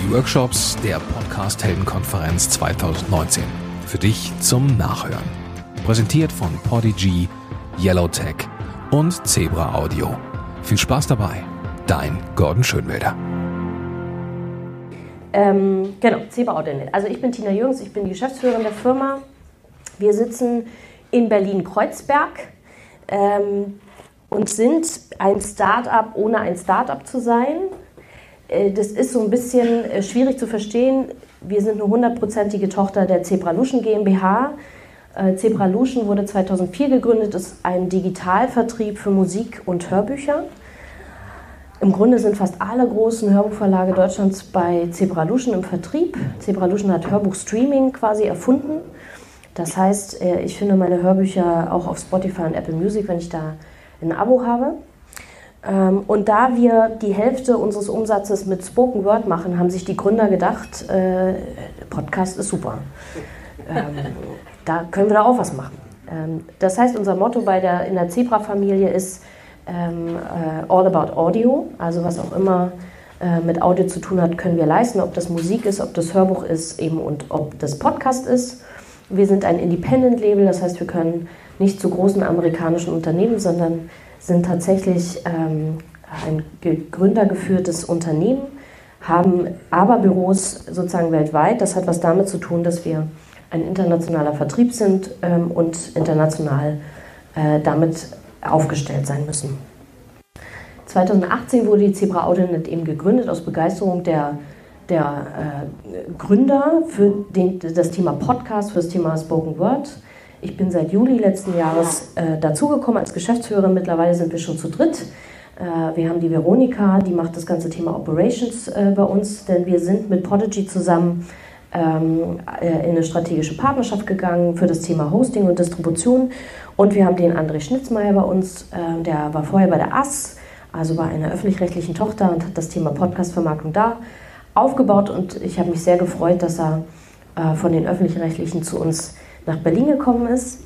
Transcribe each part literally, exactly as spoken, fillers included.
Die Workshops der Podcast-Heldenkonferenz zwanzig neunzehn. Für dich zum Nachhören. Präsentiert von Podigy, Yellowtech und Zebra Audio. Viel Spaß dabei. Dein Gordon Schönwelder. Ähm, genau, Zebra Audio. Also ich bin Tina Jürgens, ich bin die Geschäftsführerin der Firma. Wir sitzen in Berlin-Kreuzberg ähm, und sind ein Start-up, ohne ein Start-up zu sein. Äh, das ist so ein bisschen äh, schwierig zu verstehen. Wir sind eine hundertprozentige Tochter der Zebralution GmbH. Äh, Zebralution wurde zweitausendvier gegründet, ist ein Digitalvertrieb für Musik und Hörbücher. Im Grunde sind fast alle großen Hörbuchverlage Deutschlands bei Zebralution im Vertrieb. Zebralution hat Hörbuchstreaming quasi erfunden. Das heißt, ich finde meine Hörbücher auch auf Spotify und Apple Music, wenn ich da ein Abo habe. Und da wir die Hälfte unseres Umsatzes mit Spoken Word machen, haben sich die Gründer gedacht, äh, Podcast ist super. Ähm, da können wir da auch was machen. Ähm, das heißt, unser Motto bei der, in der Zebra-Familie ist, Ähm, uh, all about Audio, also was auch immer äh, mit Audio zu tun hat, können wir leisten, ob das Musik ist, ob das Hörbuch ist eben und ob das Podcast ist. Wir sind ein Independent-Label, das heißt, wir können nicht zu großen amerikanischen Unternehmen, sondern sind tatsächlich ähm, ein gründergeführtes Unternehmen, haben aber Büros sozusagen weltweit. Das hat was damit zu tun, dass wir ein internationaler Vertrieb sind ähm, und international äh, damit aufgestellt sein müssen. zweitausendachtzehn wurde die Zebra Audionet eben gegründet aus Begeisterung der, der äh, Gründer für den, das Thema Podcast, für das Thema Spoken Word. Ich bin seit Juli letzten Jahres äh, dazugekommen als Geschäftsführerin. Mittlerweile sind wir schon zu dritt. Äh, wir haben die Veronika, die macht das ganze Thema Operations äh, bei uns, denn wir sind mit Podigy zusammen in eine strategische Partnerschaft gegangen für das Thema Hosting und Distribution. Und wir haben den André Schnitzmeier bei uns, der war vorher bei der A S, also bei einer öffentlich-rechtlichen Tochter und hat das Thema Podcast-Vermarktung da aufgebaut. Und ich habe mich sehr gefreut, dass er von den öffentlich-rechtlichen zu uns nach Berlin gekommen ist.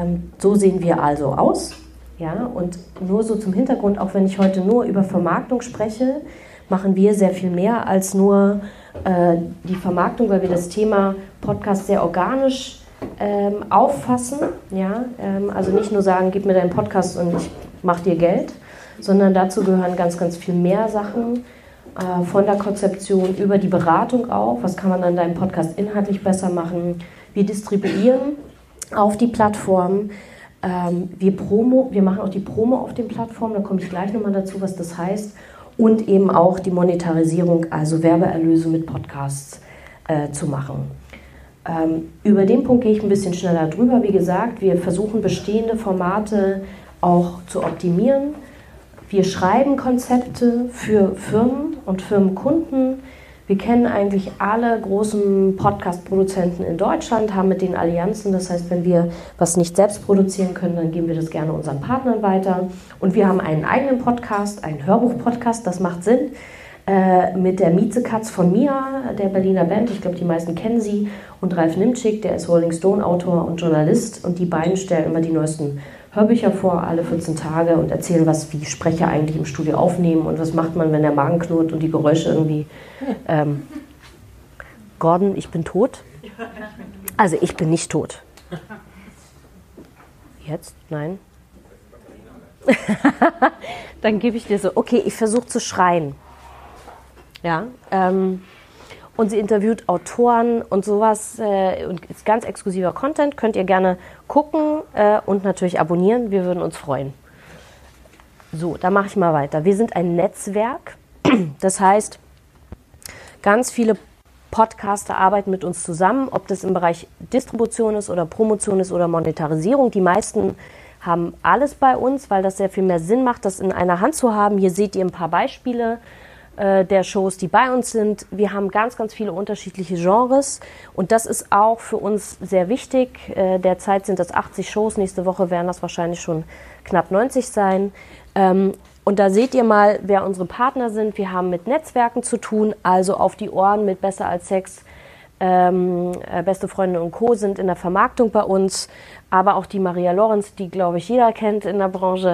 So sehen wir also aus. Ja, und nur so zum Hintergrund, auch wenn ich heute nur über Vermarktung spreche, machen wir sehr viel mehr als nur äh, die Vermarktung, weil wir das Thema Podcast sehr organisch ähm, auffassen. Ja? Ähm, also nicht nur sagen, gib mir deinen Podcast und ich mach dir Geld, sondern dazu gehören ganz, ganz viel mehr Sachen, äh, von der Konzeption über die Beratung auch. Was kann man an deinem Podcast inhaltlich besser machen? Wir distribuieren auf die Plattform. Ähm, wir, Promo, wir machen auch die Promo auf den Plattformen, da komme ich gleich nochmal dazu, was das heißt. Und eben auch die Monetarisierung, also Werbeerlöse mit Podcasts äh, zu machen. Ähm, über den Punkt gehe ich ein bisschen schneller drüber. Wie gesagt, wir versuchen bestehende Formate auch zu optimieren. Wir schreiben Konzepte für Firmen und Firmenkunden. Wir kennen eigentlich alle großen Podcast-Produzenten in Deutschland, haben mit den Allianzen. Das heißt, wenn wir was nicht selbst produzieren können, dann geben wir das gerne unseren Partnern weiter. Und wir haben einen eigenen Podcast, einen Hörbuch-Podcast, das macht Sinn, äh, mit der Miezekatz von Mia, der Berliner Band. Ich glaube, die meisten kennen sie. Und Ralf Nimczyk, der ist Rolling Stone-Autor und Journalist. Und die beiden stellen immer die neuesten Hörbücher vor, alle vierzehn Tage und erzählen, was wie Sprecher eigentlich im Studio aufnehmen und was macht man, wenn der Magen knurrt und die Geräusche irgendwie... Ähm, Gordon, ich bin tot? Also ich bin nicht tot. Jetzt? Nein? Dann gebe ich dir so, okay, ich versuche zu schreien. Ja, ähm... Und sie interviewt Autoren und sowas äh, und ist ganz exklusiver Content. Könnt ihr gerne gucken äh, und natürlich abonnieren. Wir würden uns freuen. So, da mache ich mal weiter. Wir sind ein Netzwerk. Das heißt, ganz viele Podcaster arbeiten mit uns zusammen, ob das im Bereich Distribution ist oder Promotion ist oder Monetarisierung. Die meisten haben alles bei uns, weil das sehr viel mehr Sinn macht, das in einer Hand zu haben. Hier seht ihr ein paar Beispiele der Shows, die bei uns sind. Wir haben ganz, ganz viele unterschiedliche Genres und das ist auch für uns sehr wichtig. Derzeit sind das achtzig Shows, nächste Woche werden das wahrscheinlich schon knapp neunzig sein. Und da seht ihr mal, wer unsere Partner sind. Wir haben mit Netzwerken zu tun, also auf die Ohren mit Besser als Sex. Ähm, Beste Freunde und Co. sind in der Vermarktung bei uns, aber auch die Maria Lorenz, die, glaube ich, jeder kennt in der Branche,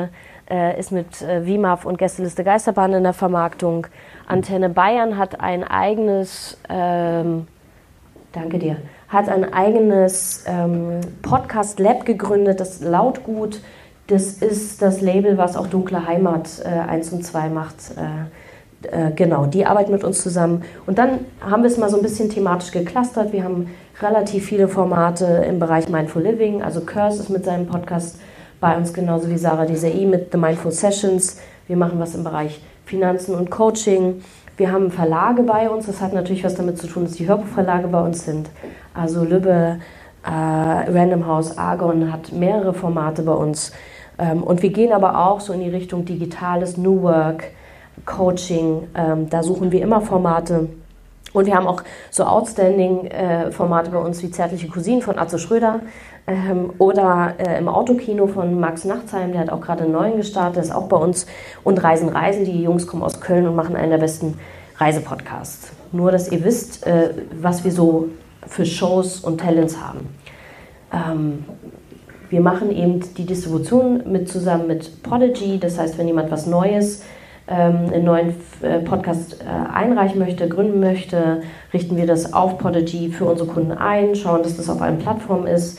äh, ist mit äh, W I M A F und Gästeliste Geisterbahn in der Vermarktung. Antenne Bayern hat ein eigenes, ähm, danke dir, hat ein eigenes ähm, Podcast-Lab gegründet, das Lautgut. Das ist das Label, was auch Dunkle Heimat äh, eins und zwei macht. Äh, äh, genau, die arbeiten mit uns zusammen. Und dann haben wir es mal so ein bisschen thematisch geclustert. Wir haben relativ viele Formate im Bereich Mindful Living. Also Curse ist mit seinem Podcast bei uns, genauso wie Sarah Desai mit The Mindful Sessions. Wir machen was im Bereich Finanzen und Coaching. Wir haben Verlage bei uns. Das hat natürlich was damit zu tun, dass die Hörbuchverlage bei uns sind. Also Lübbe, äh, Random House, Argon hat mehrere Formate bei uns. Ähm, und wir gehen aber auch so in die Richtung Digitales, New Work, Coaching. Ähm, da suchen wir immer Formate. Und wir haben auch so Outstanding-Formate äh, bei uns wie Zärtliche Cousinen von Atze Schröder ähm, oder äh, im Autokino von Max Nachtsheim, der hat auch gerade einen neuen gestartet, der ist auch bei uns. Und Reisen, Reisen, die Jungs kommen aus Köln und machen einen der besten Reisepodcasts. Nur, dass ihr wisst, äh, was wir so für Shows und Talents haben. Ähm, wir machen eben die Distribution mit zusammen mit Podigy, das heißt, wenn jemand was Neues einen neuen Podcast einreichen möchte, gründen möchte, richten wir das auf Podigy für unsere Kunden ein, schauen, dass das auf allen Plattformen ist.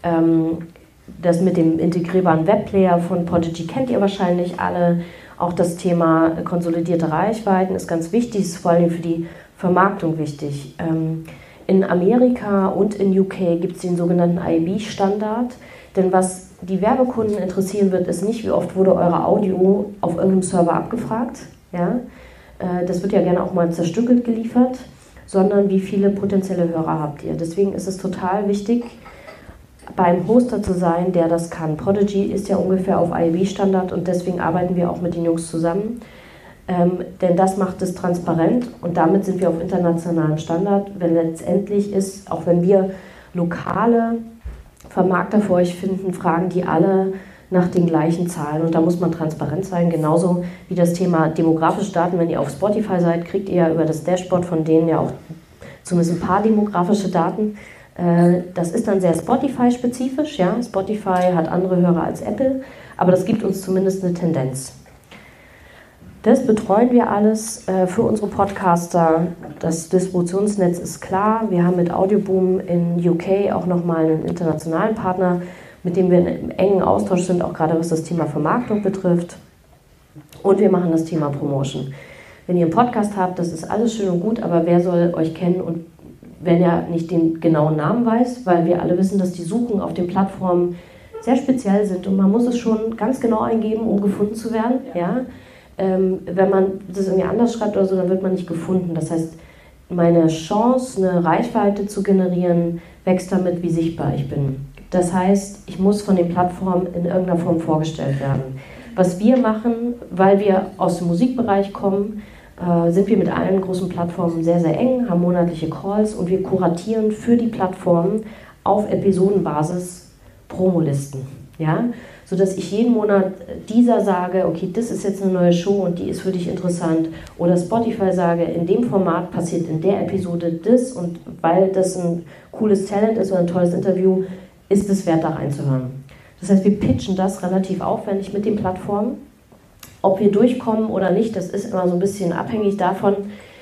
Das mit dem integrierbaren Webplayer von Podigy kennt ihr wahrscheinlich alle. Auch das Thema konsolidierte Reichweiten ist ganz wichtig, ist vor allem für die Vermarktung wichtig. In Amerika und in U K gibt es den sogenannten I A B-Standard. Denn was die Werbekunden interessieren wird, ist nicht, wie oft wurde eure Audio auf irgendeinem Server abgefragt. Ja? Das wird ja gerne auch mal zerstückelt geliefert, sondern wie viele potenzielle Hörer habt ihr. Deswegen ist es total wichtig, beim Hoster zu sein, der das kann. Podigy ist ja ungefähr auf I A B-Standard und deswegen arbeiten wir auch mit den Jungs zusammen. Ähm, denn das macht es transparent und damit sind wir auf internationalem Standard. Wenn letztendlich ist, auch wenn wir lokale Vermarkter für euch finden, fragen die alle nach den gleichen Zahlen und da muss man transparent sein, genauso wie das Thema demografische Daten. Wenn ihr auf Spotify seid, kriegt ihr ja über das Dashboard von denen ja auch zumindest ein paar demografische Daten. Das ist dann sehr Spotify-spezifisch, ja. Spotify hat andere Hörer als Apple, aber das gibt uns zumindest eine Tendenz. Das betreuen wir alles äh, für unsere Podcaster. Das Distributionsnetz ist klar. Wir haben mit Audioboom in U K auch nochmal einen internationalen Partner, mit dem wir im engen Austausch sind, auch gerade was das Thema Vermarktung betrifft. Und wir machen das Thema Promotion. Wenn ihr einen Podcast habt, das ist alles schön und gut, aber wer soll euch kennen und wenn er nicht den genauen Namen weiß, weil wir alle wissen, dass die Suchen auf den Plattformen sehr speziell sind und man muss es schon ganz genau eingeben, um gefunden zu werden. Ja? Ähm, wenn man das irgendwie anders schreibt oder so, dann wird man nicht gefunden. Das heißt, meine Chance, eine Reichweite zu generieren, wächst damit, wie sichtbar ich bin. Das heißt, ich muss von den Plattformen in irgendeiner Form vorgestellt werden. Was wir machen, weil wir aus dem Musikbereich kommen, äh, sind wir mit allen großen Plattformen sehr, sehr eng, haben monatliche Calls und wir kuratieren für die Plattformen auf Episodenbasis Promolisten. Ja? Sodass ich jeden Monat dieser sage, okay, das ist jetzt eine neue Show und die ist für dich interessant. Oder Spotify sage, in dem Format passiert in der Episode das und weil das ein cooles Talent ist oder ein tolles Interview, ist es wert, da reinzuhören. Das heißt, wir pitchen das relativ aufwendig mit den Plattformen. Ob wir durchkommen oder nicht, das ist immer so ein bisschen abhängig davon,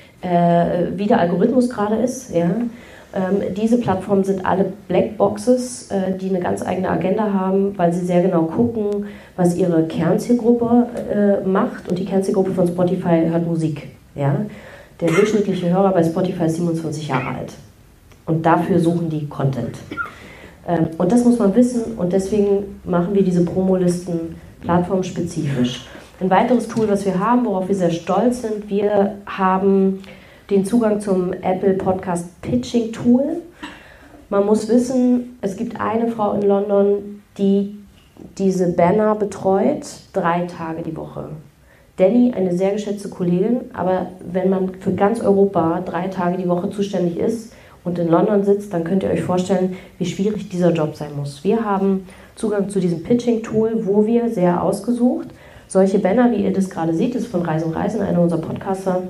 äh, wie der Algorithmus gerade ist. Ja? Ähm, diese Plattformen sind alle Blackboxes, äh, die eine ganz eigene Agenda haben, weil sie sehr genau gucken, was ihre Kernzielgruppe äh, macht. Und die Kernzielgruppe von Spotify hört Musik. Ja? Der durchschnittliche Hörer bei Spotify ist siebenundzwanzig Jahre alt. Und dafür suchen die Content. Ähm, und das muss man wissen und deswegen machen wir diese Promolisten plattformspezifisch. Ein weiteres Tool, was wir haben, worauf wir sehr stolz sind, wir haben den Zugang zum Apple Podcast Pitching Tool. Man muss wissen, es gibt eine Frau in London, die diese Banner betreut, drei Tage die Woche. Danny, eine sehr geschätzte Kollegin, aber wenn man für ganz Europa drei Tage die Woche zuständig ist und in London sitzt, dann könnt ihr euch vorstellen, wie schwierig dieser Job sein muss. Wir haben Zugang zu diesem Pitching Tool, wo wir sehr ausgesucht solche Banner, wie ihr das gerade seht, das ist von Reisen, Reisen, einer unserer Podcaster,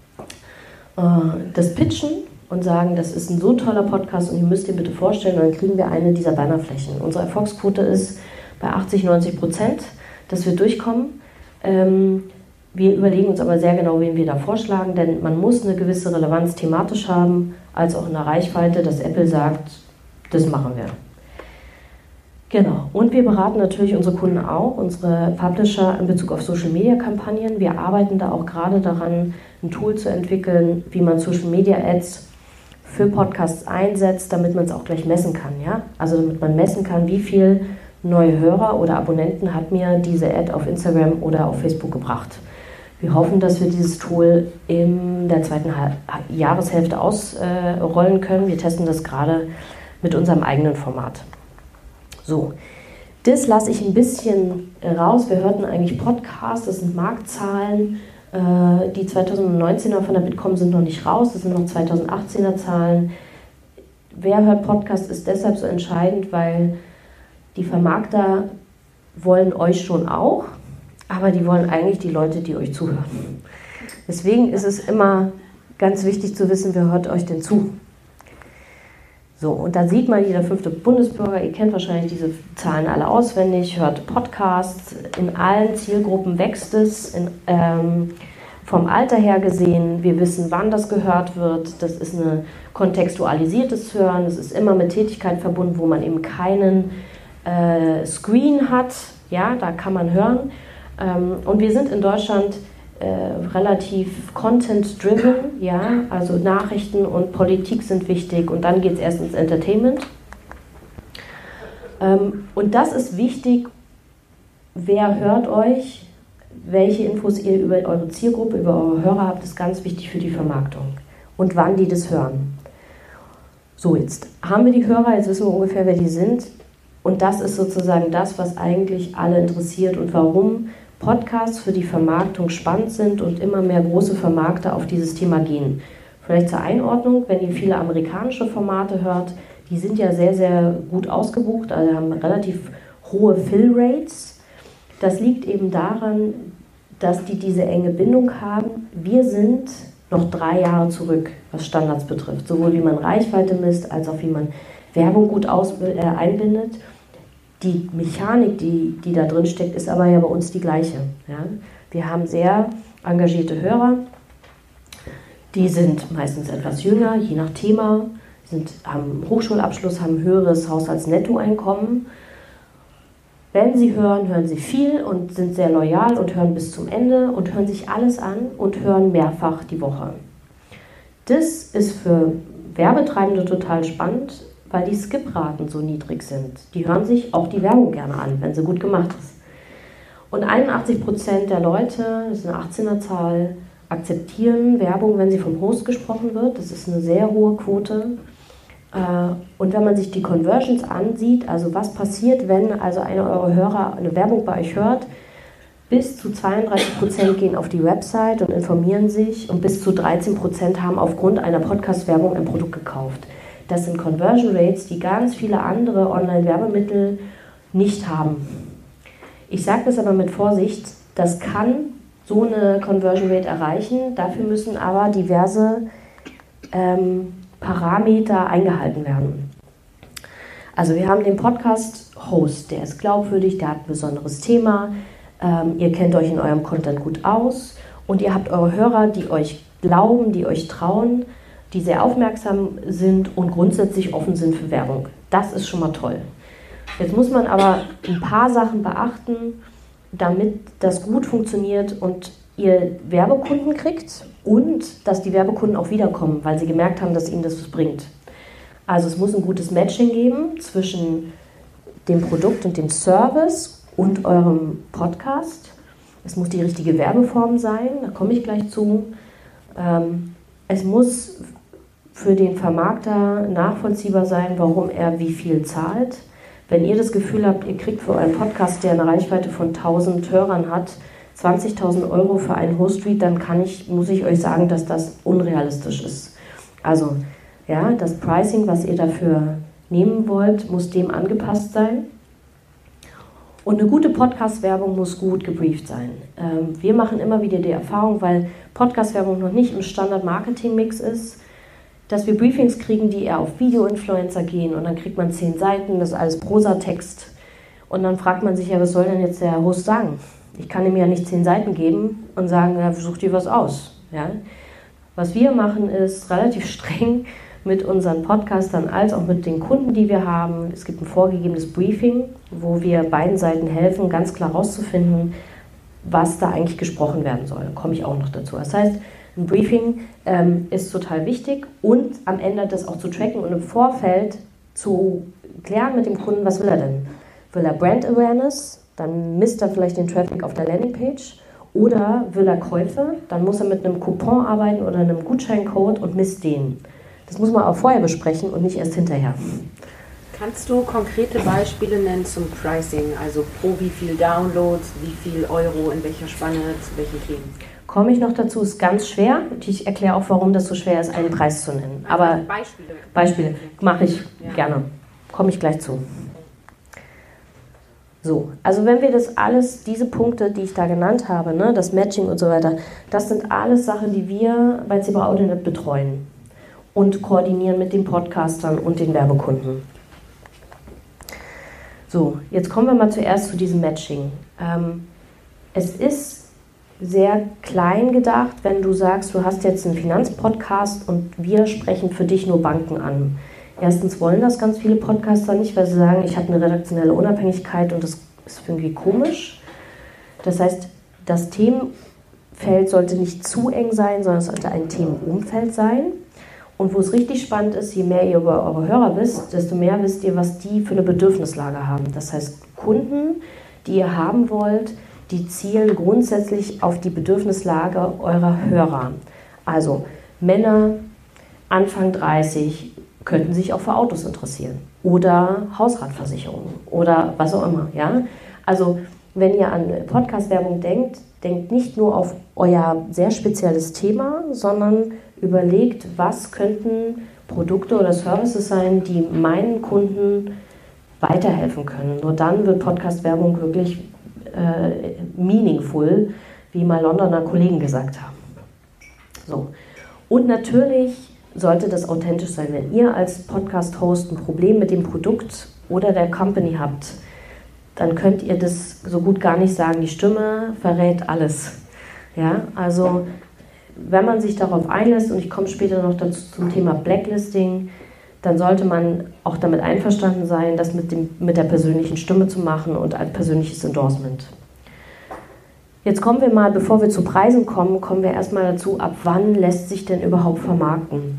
das pitchen und sagen, das ist ein so toller Podcast und ihr müsst ihr bitte vorstellen, und dann kriegen wir eine dieser Bannerflächen. Unsere Erfolgsquote ist bei achtzig, neunzig Prozent. dass wir durchkommen. Ähm, wir überlegen uns aber sehr genau, wen wir da vorschlagen, denn man muss eine gewisse Relevanz thematisch haben, als auch in der Reichweite, dass Apple sagt, das machen wir. Genau. Und wir beraten natürlich unsere Kunden auch, unsere Publisher in Bezug auf Social-Media-Kampagnen. Wir arbeiten da auch gerade daran, ein Tool zu entwickeln, wie man Social-Media-Ads für Podcasts einsetzt, damit man es auch gleich messen kann. Ja? Also damit man messen kann, wie viel neue Hörer oder Abonnenten hat mir diese Ad auf Instagram oder auf Facebook gebracht. Wir hoffen, dass wir dieses Tool in der zweiten Jahreshälfte ausrollen können. Wir testen das gerade mit unserem eigenen Format. So, das lasse ich ein bisschen raus. Wir hörten eigentlich Podcasts, das sind Marktzahlen. Die zweitausendneunzehner von der Bitkom sind noch nicht raus, das sind noch zweitausendachtzehner Zahlen. Wer hört Podcast ist deshalb so entscheidend, weil die Vermarkter wollen euch schon auch, aber die wollen eigentlich die Leute, die euch zuhören. Deswegen ist es immer ganz wichtig zu wissen, wer hört euch denn zu. So, und da sieht man, jeder fünfte Bundesbürger, ihr kennt wahrscheinlich diese Zahlen alle auswendig, hört Podcasts, in allen Zielgruppen wächst es, in, ähm, vom Alter her gesehen, wir wissen, wann das gehört wird, das ist ein kontextualisiertes Hören, es ist immer mit Tätigkeit verbunden, wo man eben keinen äh, Screen hat, ja, da kann man hören. Ähm, und wir sind in Deutschland Äh, relativ content-driven, ja, also Nachrichten und Politik sind wichtig und dann geht es erst ins Entertainment. Ähm, und das ist wichtig, wer hört euch, welche Infos ihr über eure Zielgruppe, über eure Hörer habt, ist ganz wichtig für die Vermarktung und wann die das hören. So, jetzt haben wir die Hörer, jetzt wissen wir ungefähr, wer die sind und das ist sozusagen das, was eigentlich alle interessiert und warum Podcasts für die Vermarktung spannend sind und immer mehr große Vermarkter auf dieses Thema gehen. Vielleicht zur Einordnung, wenn ihr viele amerikanische Formate hört, die sind ja sehr, sehr gut ausgebucht, also haben relativ hohe Fill-Rates. Das liegt eben daran, dass die diese enge Bindung haben. Wir sind noch drei Jahre zurück, was Standards betrifft, sowohl wie man Reichweite misst, als auch wie man Werbung gut aus, äh, einbindet. Die Mechanik, die, die da drin steckt, ist aber ja bei uns die gleiche. Ja? Wir haben sehr engagierte Hörer, die sind meistens etwas jünger, je nach Thema, sind, haben Hochschulabschluss, haben höheres Haushaltsnettoeinkommen. Wenn sie hören, hören sie viel und sind sehr loyal und hören bis zum Ende und hören sich alles an und hören mehrfach die Woche. Das ist für Werbetreibende total spannend, weil die Skip-Raten so niedrig sind. Die hören sich auch die Werbung gerne an, wenn sie gut gemacht ist. Und einundachtzig Prozent der Leute, das ist eine achtzehner Zahl, akzeptieren Werbung, wenn sie vom Host gesprochen wird. Das ist eine sehr hohe Quote. Und wenn man sich die Conversions ansieht, also was passiert, wenn also einer eurer Hörer eine Werbung bei euch hört, bis zu zweiunddreißig Prozent gehen auf die Website und informieren sich und bis zu dreizehn Prozent haben aufgrund einer Podcast-Werbung ein Produkt gekauft. Das sind Conversion Rates, die ganz viele andere Online-Werbemittel nicht haben. Ich sage das aber mit Vorsicht, das kann so eine Conversion Rate erreichen, dafür müssen aber diverse ähm, Parameter eingehalten werden. Also wir haben den Podcast-Host, der ist glaubwürdig, der hat ein besonderes Thema, ähm, ihr kennt euch in eurem Content gut aus und ihr habt eure Hörer, die euch glauben, die euch trauen, die sehr aufmerksam sind und grundsätzlich offen sind für Werbung. Das ist schon mal toll. Jetzt muss man aber ein paar Sachen beachten, damit das gut funktioniert und ihr Werbekunden kriegt und dass die Werbekunden auch wiederkommen, weil sie gemerkt haben, dass ihnen das was bringt. Also es muss ein gutes Matching geben zwischen dem Produkt und dem Service und eurem Podcast. Es muss die richtige Werbeform sein, da komme ich gleich zu. Es muss für den Vermarkter nachvollziehbar sein, warum er wie viel zahlt. Wenn ihr das Gefühl habt, ihr kriegt für euren Podcast, der eine Reichweite von tausend Hörern hat, zwanzigtausend Euro für einen Host-Read, dann kann ich, muss ich euch sagen, dass das unrealistisch ist. Also, ja, das Pricing, was ihr dafür nehmen wollt, muss dem angepasst sein. Und eine gute Podcast-Werbung muss gut gebrieft sein. Ähm, wir machen immer wieder die Erfahrung, weil Podcast-Werbung noch nicht im Standard-Marketing-Mix ist, dass wir Briefings kriegen, die eher auf Video-Influencer gehen und dann kriegt man zehn Seiten, das ist alles Prosatext Und dann fragt man sich ja, was soll denn jetzt der Host sagen? Ich kann ihm ja nicht zehn Seiten geben und sagen, ja, such dir was aus. Ja? Was wir machen, ist relativ streng mit unseren Podcastern als auch mit den Kunden, die wir haben. Es gibt ein vorgegebenes Briefing, wo wir beiden Seiten helfen, ganz klar herauszufinden, was da eigentlich gesprochen werden soll. Da komme ich auch noch dazu. Das heißt, ein Briefing ähm, ist total wichtig und am Ende das auch zu tracken und im Vorfeld zu klären mit dem Kunden, was will er denn? Will er Brand Awareness? Dann misst er vielleicht den Traffic auf der Landingpage. Oder will er Käufe? Dann muss er mit einem Coupon arbeiten oder einem Gutscheincode und misst den. Das muss man auch vorher besprechen und nicht erst hinterher. Kannst du konkrete Beispiele nennen zum Pricing? Also pro wie viel Downloads, wie viel Euro, in welcher Spanne, zu welchen Themen? Komme ich noch dazu, ist ganz schwer. Ich erkläre auch, warum das so schwer ist, einen Preis zu nennen. Aber Beispiele. Beispiele mache ich ja. gerne. Komme ich gleich zu. So, also wenn wir das alles, diese Punkte, die ich da genannt habe, ne, das Matching und so weiter, das sind alles Sachen, die wir bei Zebra Audionet betreuen und koordinieren mit den Podcastern und den Werbekunden. So, jetzt kommen wir mal zuerst zu diesem Matching. Ähm, es ist sehr klein gedacht, wenn du sagst, du hast jetzt einen Finanzpodcast und wir sprechen für dich nur Banken an. Erstens wollen das ganz viele Podcaster nicht, weil sie sagen, ich habe eine redaktionelle Unabhängigkeit und das ist irgendwie komisch. Das heißt, das Themenfeld sollte nicht zu eng sein, sondern es sollte ein Themenumfeld sein. Und wo es richtig spannend ist, je mehr ihr über eure Hörer wisst, desto mehr wisst ihr, was die für eine Bedürfnislage haben. Das heißt, Kunden, die ihr haben wollt, die zielen grundsätzlich auf die Bedürfnislage eurer Hörer. Also Männer Anfang dreißig könnten sich auch für Autos interessieren oder Hausratversicherungen oder was auch immer. Ja? Also wenn ihr an Podcast-Werbung denkt, denkt nicht nur auf euer sehr spezielles Thema, sondern überlegt, was könnten Produkte oder Services sein, die meinen Kunden weiterhelfen können. Nur dann wird Podcast-Werbung wirklich äh, meaningful, wie mal Londoner Kollegen gesagt haben. So. Und natürlich sollte das authentisch sein. Wenn ihr als Podcast-Host ein Problem mit dem Produkt oder der Company habt, dann könnt ihr das so gut gar nicht sagen. Die Stimme verrät alles. Ja, also wenn man sich darauf einlässt, und ich komme später noch dazu zum Thema Blacklisting, dann sollte man auch damit einverstanden sein, das mit, dem, mit der persönlichen Stimme zu machen und ein persönliches Endorsement. Jetzt kommen wir mal, bevor wir zu Preisen kommen, kommen wir erstmal dazu, ab wann lässt sich denn überhaupt vermarkten?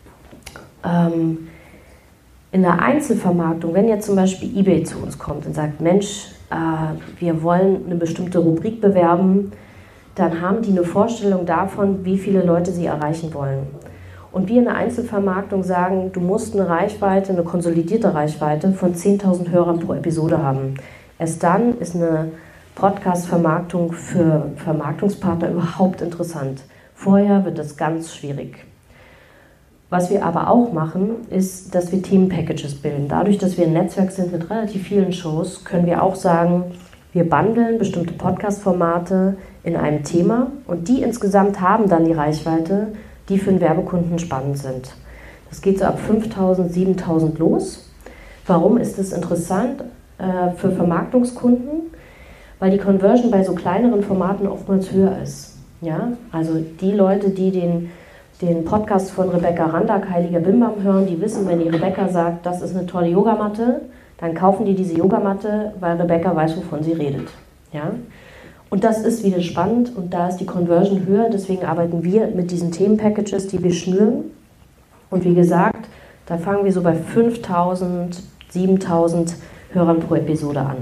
Ähm, in der Einzelvermarktung, wenn jetzt zum Beispiel eBay zu uns kommt und sagt, Mensch, äh, wir wollen eine bestimmte Rubrik bewerben, dann haben die eine Vorstellung davon, wie viele Leute sie erreichen wollen. Und wir in der Einzelvermarktung sagen, du musst eine Reichweite, eine konsolidierte Reichweite von zehntausend Hörern pro Episode haben. Erst dann ist eine Podcast-Vermarktung für Vermarktungspartner überhaupt interessant. Vorher wird das ganz schwierig. Was wir aber auch machen, ist, dass wir Themenpackages bilden. Dadurch, dass wir ein Netzwerk sind mit relativ vielen Shows, können wir auch sagen, wir bundeln bestimmte Podcast-Formate in einem Thema und die insgesamt haben dann die Reichweite, die für den Werbekunden spannend sind. Das geht so ab fünftausend, siebentausend los. Warum ist das interessant äh, für Vermarktungskunden? Weil die Conversion bei so kleineren Formaten oftmals höher ist. Ja? Also die Leute, die den, den Podcast von Rebecca Randack, Heiliger Bimbam, hören, die wissen, wenn die Rebecca sagt, das ist eine tolle Yogamatte, dann kaufen die diese Yogamatte, weil Rebecca weiß, wovon sie redet. Ja? Und das ist wieder spannend und da ist die Conversion höher, deswegen arbeiten wir mit diesen Themenpackages, die wir schnüren. Und wie gesagt, da fangen wir so bei fünftausend, siebentausend Hörern pro Episode an.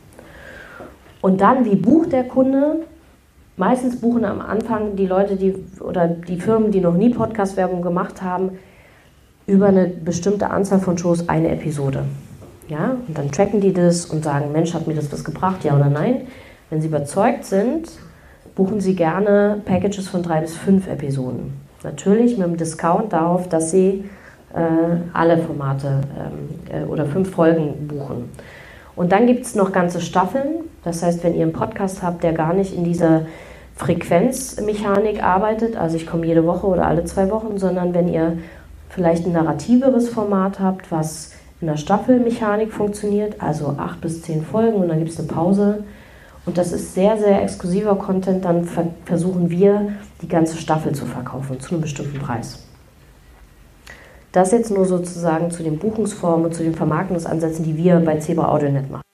Und dann, wie bucht der Kunde? Meistens buchen am Anfang die Leute, die oder die Firmen, die noch nie Podcast-Werbung gemacht haben, über eine bestimmte Anzahl von Shows eine Episode. Ja? Und dann tracken die das und sagen, Mensch, hat mir das was gebracht, ja oder nein? Wenn sie überzeugt sind, buchen sie gerne Packages von drei bis fünf Episoden. Natürlich mit einem Discount darauf, dass sie äh, alle Formate ähm, äh, oder fünf Folgen buchen. Und dann gibt es noch ganze Staffeln. Das heißt, wenn ihr einen Podcast habt, der gar nicht in dieser Frequenzmechanik arbeitet, also ich komme jede Woche oder alle zwei Wochen, sondern wenn ihr vielleicht ein narrativeres Format habt, was in der Staffelmechanik funktioniert, also acht bis zehn Folgen und dann gibt es eine Pause. Und das ist sehr, sehr exklusiver Content. Dann ver- versuchen wir, die ganze Staffel zu verkaufen, zu einem bestimmten Preis. Das jetzt nur sozusagen zu den Buchungsformen und zu den Vermarktungsansätzen, die wir bei Zebra AudioNet machen.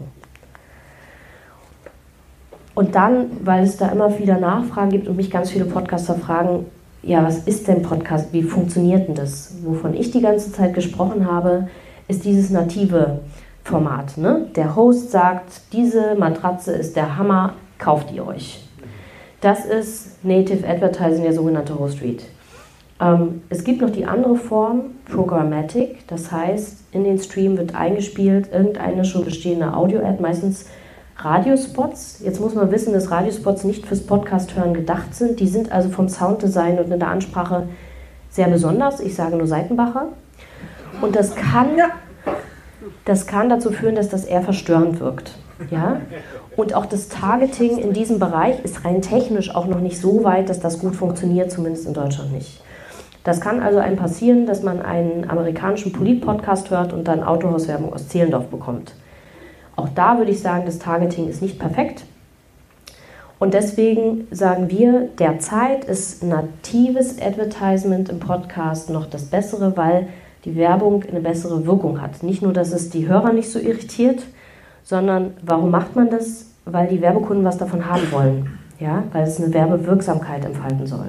Und dann, weil es da immer wieder Nachfragen gibt und mich ganz viele Podcaster fragen, ja, was ist denn Podcast, wie funktioniert denn das? Wovon ich die ganze Zeit gesprochen habe, ist dieses native Format. Ne? Der Host sagt, diese Matratze ist der Hammer, kauft ihr euch. Das ist Native Advertising, der sogenannte Host Read. Ähm, es gibt noch die andere Form, Programmatic, das heißt, in den Stream wird eingespielt irgendeine schon bestehende Audio-Ad, meistens Radiospots. Jetzt muss man wissen, dass Radiospots nicht fürs Podcast-Hören gedacht sind. Die sind also vom Sounddesign und in der Ansprache sehr besonders. Ich sage nur Seitenbacher. Und das kann, das kann dazu führen, dass das eher verstörend wirkt. Ja? Und auch das Targeting in diesem Bereich ist rein technisch auch noch nicht so weit, dass das gut funktioniert, zumindest in Deutschland nicht. Das kann also einem passieren, dass man einen amerikanischen Polit-Podcast hört und dann Autohauswerbung aus Zehlendorf bekommt. Auch da würde ich sagen, das Targeting ist nicht perfekt. Und deswegen sagen wir, derzeit ist natives Advertisement im Podcast noch das Bessere, weil die Werbung eine bessere Wirkung hat. Nicht nur, dass es die Hörer nicht so irritiert, sondern warum macht man das? Weil die Werbekunden was davon haben wollen. Ja? Weil es eine Werbewirksamkeit entfalten soll.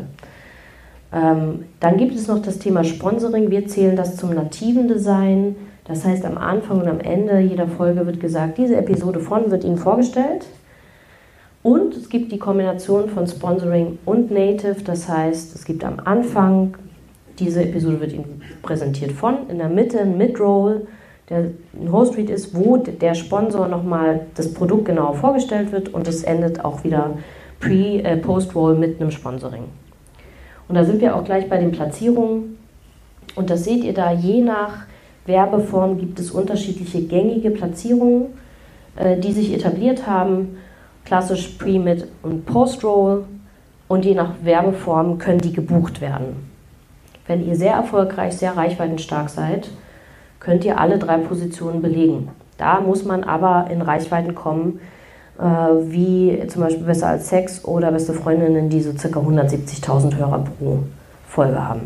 Ähm, dann gibt es noch das Thema Sponsoring. Wir zählen das zum nativen Design. Das heißt, am Anfang und am Ende jeder Folge wird gesagt, diese Episode von wird Ihnen vorgestellt. Und es gibt die Kombination von Sponsoring und Native. Das heißt, es gibt am Anfang, diese Episode wird Ihnen präsentiert von, in der Mitte ein Mid-Roll, der ein Host-Read ist, wo der Sponsor nochmal das Produkt genauer vorgestellt wird und es endet auch wieder Pre-, äh, Post-Roll mit einem Sponsoring. Und da sind wir auch gleich bei den Platzierungen. Und das seht ihr da, je nach Werbeform gibt es unterschiedliche gängige Platzierungen, äh, die sich etabliert haben, klassisch Pre-, Mid- und Post-Roll, und je nach Werbeform können die gebucht werden. Wenn ihr sehr erfolgreich, sehr reichweitenstark seid, könnt ihr alle drei Positionen belegen. Da muss man aber in Reichweiten kommen, äh, wie zum Beispiel Besser als Sex oder Beste Freundinnen, die so ca. hundertsiebzigtausend Hörer pro Folge haben.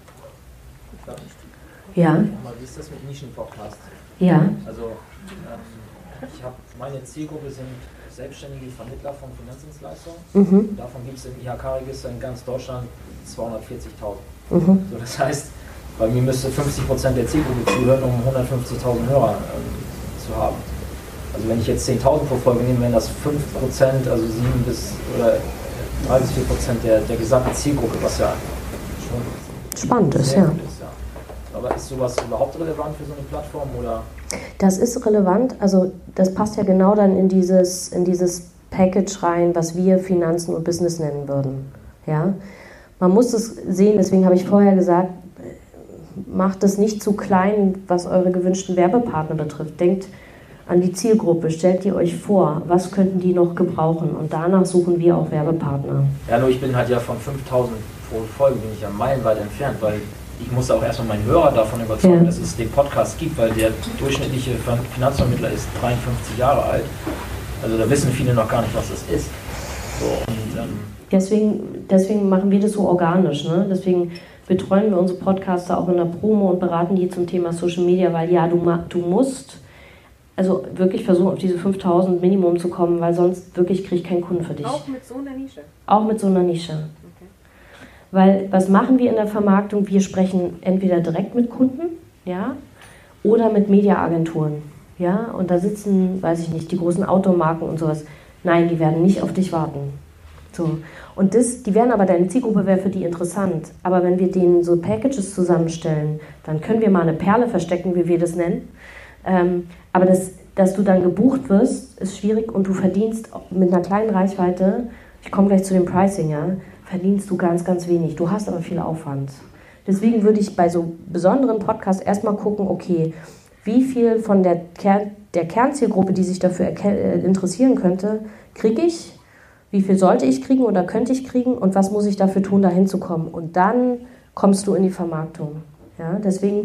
Ja. Wie ist das mit Nischen-Podcasts? Ja. Also, ähm, ich habe meine Zielgruppe sind selbstständige Vermittler von Finanzdienstleistungen. Mhm. Davon gibt es im I H K-Register in ganz Deutschland zweihundertvierzigtausend. Mhm. So, das heißt, bei mir müsste fünfzig Prozent der Zielgruppe zuhören, um hundertfünfzigtausend Hörer ähm, zu haben. Also wenn ich jetzt zehntausend pro Folge nehme, wären das fünf Prozent, also sieben bis oder drei bis vier Prozent der, der gesamten Zielgruppe, was ja schon spannend ist, sehr ja. gut ist, ja. Aber ist sowas überhaupt relevant für so eine Plattform, oder? Das ist relevant, also das passt ja genau dann in dieses, in dieses Package rein, was wir Finanzen und Business nennen würden. Ja? Man muss es sehen, deswegen habe ich vorher gesagt, macht es nicht zu klein, was eure gewünschten Werbepartner betrifft. Denkt an die Zielgruppe, stellt ihr euch vor, was könnten die noch gebrauchen, und danach suchen wir auch Werbepartner. Ja, nur ich bin halt ja von fünftausend pro Folge, bin ich ja meilenweit entfernt, weil ich muss auch erstmal meinen Hörer davon überzeugen, ja, dass es den Podcast gibt, weil der durchschnittliche Finanzvermittler ist dreiundfünfzig Jahre alt. Also da wissen viele noch gar nicht, was das ist. So, und, ähm deswegen, deswegen machen wir das so organisch. Ne? Deswegen betreuen wir unsere Podcaster auch in der Promo und beraten die zum Thema Social Media, weil ja, du, du musst also wirklich versuchen, auf diese fünftausend Minimum zu kommen, weil sonst wirklich kriege ich keinen Kunden für dich. Auch mit so einer Nische? Auch mit so einer Nische. Weil, was machen wir in der Vermarktung? Wir sprechen entweder direkt mit Kunden, ja, oder mit Mediaagenturen, ja, und da sitzen, weiß ich nicht, die großen Automarken und sowas. Nein, die werden nicht auf dich warten. So. Und das, die werden aber, deine Zielgruppe wäre für die interessant. Aber wenn wir denen so Packages zusammenstellen, dann können wir mal eine Perle verstecken, wie wir das nennen. Ähm, aber das, dass du dann gebucht wirst, ist schwierig, und du verdienst mit einer kleinen Reichweite, ich komme gleich zu dem Pricing, ja, verdienst du ganz, ganz wenig. Du hast aber viel Aufwand. Deswegen würde ich bei so besonderen Podcasts erstmal gucken, okay, wie viel von der, Kern, der Kernzielgruppe, die sich dafür erke- interessieren könnte, kriege ich, wie viel sollte ich kriegen oder könnte ich kriegen, und was muss ich dafür tun, da hinzukommen. Und dann kommst du in die Vermarktung. Ja, deswegen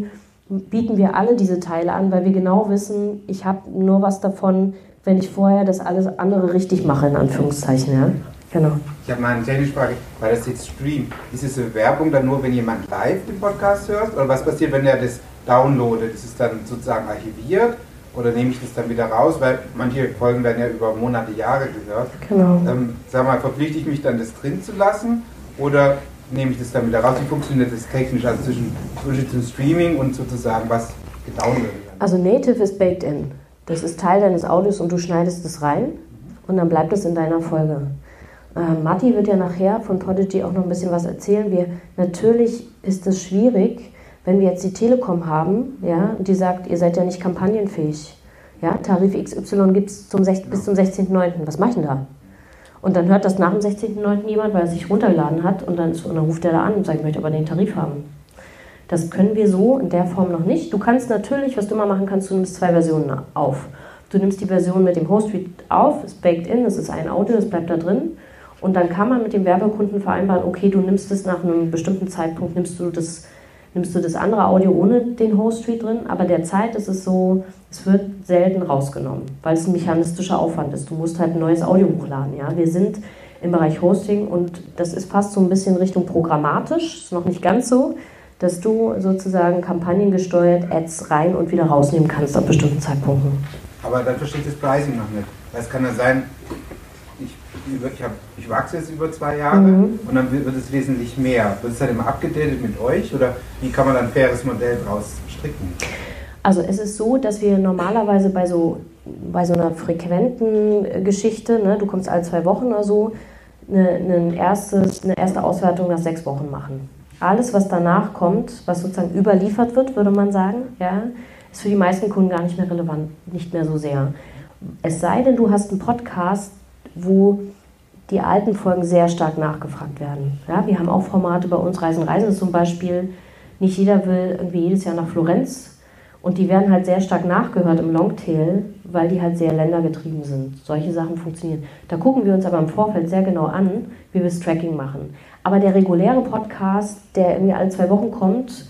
bieten wir alle diese Teile an, weil wir genau wissen, ich habe nur was davon, wenn ich vorher das alles andere richtig mache, in Anführungszeichen. Ja? Genau. Ich habe mal eine technische Frage, weil das jetzt Stream, ist es eine Werbung dann nur, wenn jemand live den Podcast hört? Oder was passiert, wenn er das downloadet? Ist es dann sozusagen archiviert? Oder nehme ich das dann wieder raus? Weil manche Folgen werden ja über Monate, Jahre gehört. Genau. Ähm, sag mal, verpflichte ich mich dann, das drin zu lassen? Oder nehme ich das dann wieder raus? Wie funktioniert das technisch? Also zwischen, zwischen Streaming und sozusagen was gedownloadet wird? Also Native ist baked in. Das ist Teil deines Audios und du schneidest es rein und dann bleibt es in deiner Folge. Äh, Matti wird ja nachher von Podigy auch noch ein bisschen was erzählen. Wir, natürlich ist es schwierig, wenn wir jetzt die Telekom haben, ja, und die sagt, ihr seid ja nicht kampagnenfähig. Ja, Tarif X Y gibt es zum bis zum sechzehnten neunten Was mache ich denn da? Und dann hört das nach dem sechzehnten neunten jemand, weil er sich runtergeladen hat und dann, ist, und dann ruft er da an und sagt, ich möchte aber den Tarif haben. Das können wir so in der Form noch nicht. Du kannst natürlich, was du immer machen kannst, du nimmst zwei Versionen auf. Du nimmst die Version mit dem Host-Read auf, ist baked in, das ist ein Audio, das bleibt da drin. Und dann kann man mit dem Werbekunden vereinbaren, okay, du nimmst es nach einem bestimmten Zeitpunkt, nimmst du das, nimmst du das andere Audio ohne den Host-Read drin, aber derzeit ist es so, es wird selten rausgenommen, weil es ein mechanistischer Aufwand ist. Du musst halt ein neues Audio hochladen. Ja? Wir sind im Bereich Hosting und das ist fast so ein bisschen Richtung programmatisch, ist noch nicht ganz so, dass du sozusagen kampagnengesteuert Ads rein und wieder rausnehmen kannst ab bestimmten Zeitpunkten. Aber dann verstehe ich das Pricing noch nicht. Weil es kann ja sein, ich, ich, hab, ich wachse jetzt über zwei Jahre mhm. und dann wird, wird es wesentlich mehr. Wird es dann immer abgedatet mit euch oder wie kann man dann ein faires Modell draus stricken? Also es ist so, dass wir normalerweise bei so, bei so einer frequenten Geschichte, ne, du kommst alle zwei Wochen oder so, eine, eine, erstes, eine erste Auswertung nach sechs Wochen machen. Alles, was danach kommt, was sozusagen überliefert wird, würde man sagen, ja, ist für die meisten Kunden gar nicht mehr relevant, nicht mehr so sehr. Es sei denn, du hast einen Podcast, wo die alten Folgen sehr stark nachgefragt werden. Ja, wir haben auch Formate bei uns, Reisen, Reisen ist zum Beispiel, nicht jeder will irgendwie jedes Jahr nach Florenz und die werden halt sehr stark nachgehört im Longtail, weil die halt sehr ländergetrieben sind. Solche Sachen funktionieren. Da gucken wir uns aber im Vorfeld sehr genau an, wie wir das Tracking machen. Aber der reguläre Podcast, der irgendwie alle zwei Wochen kommt,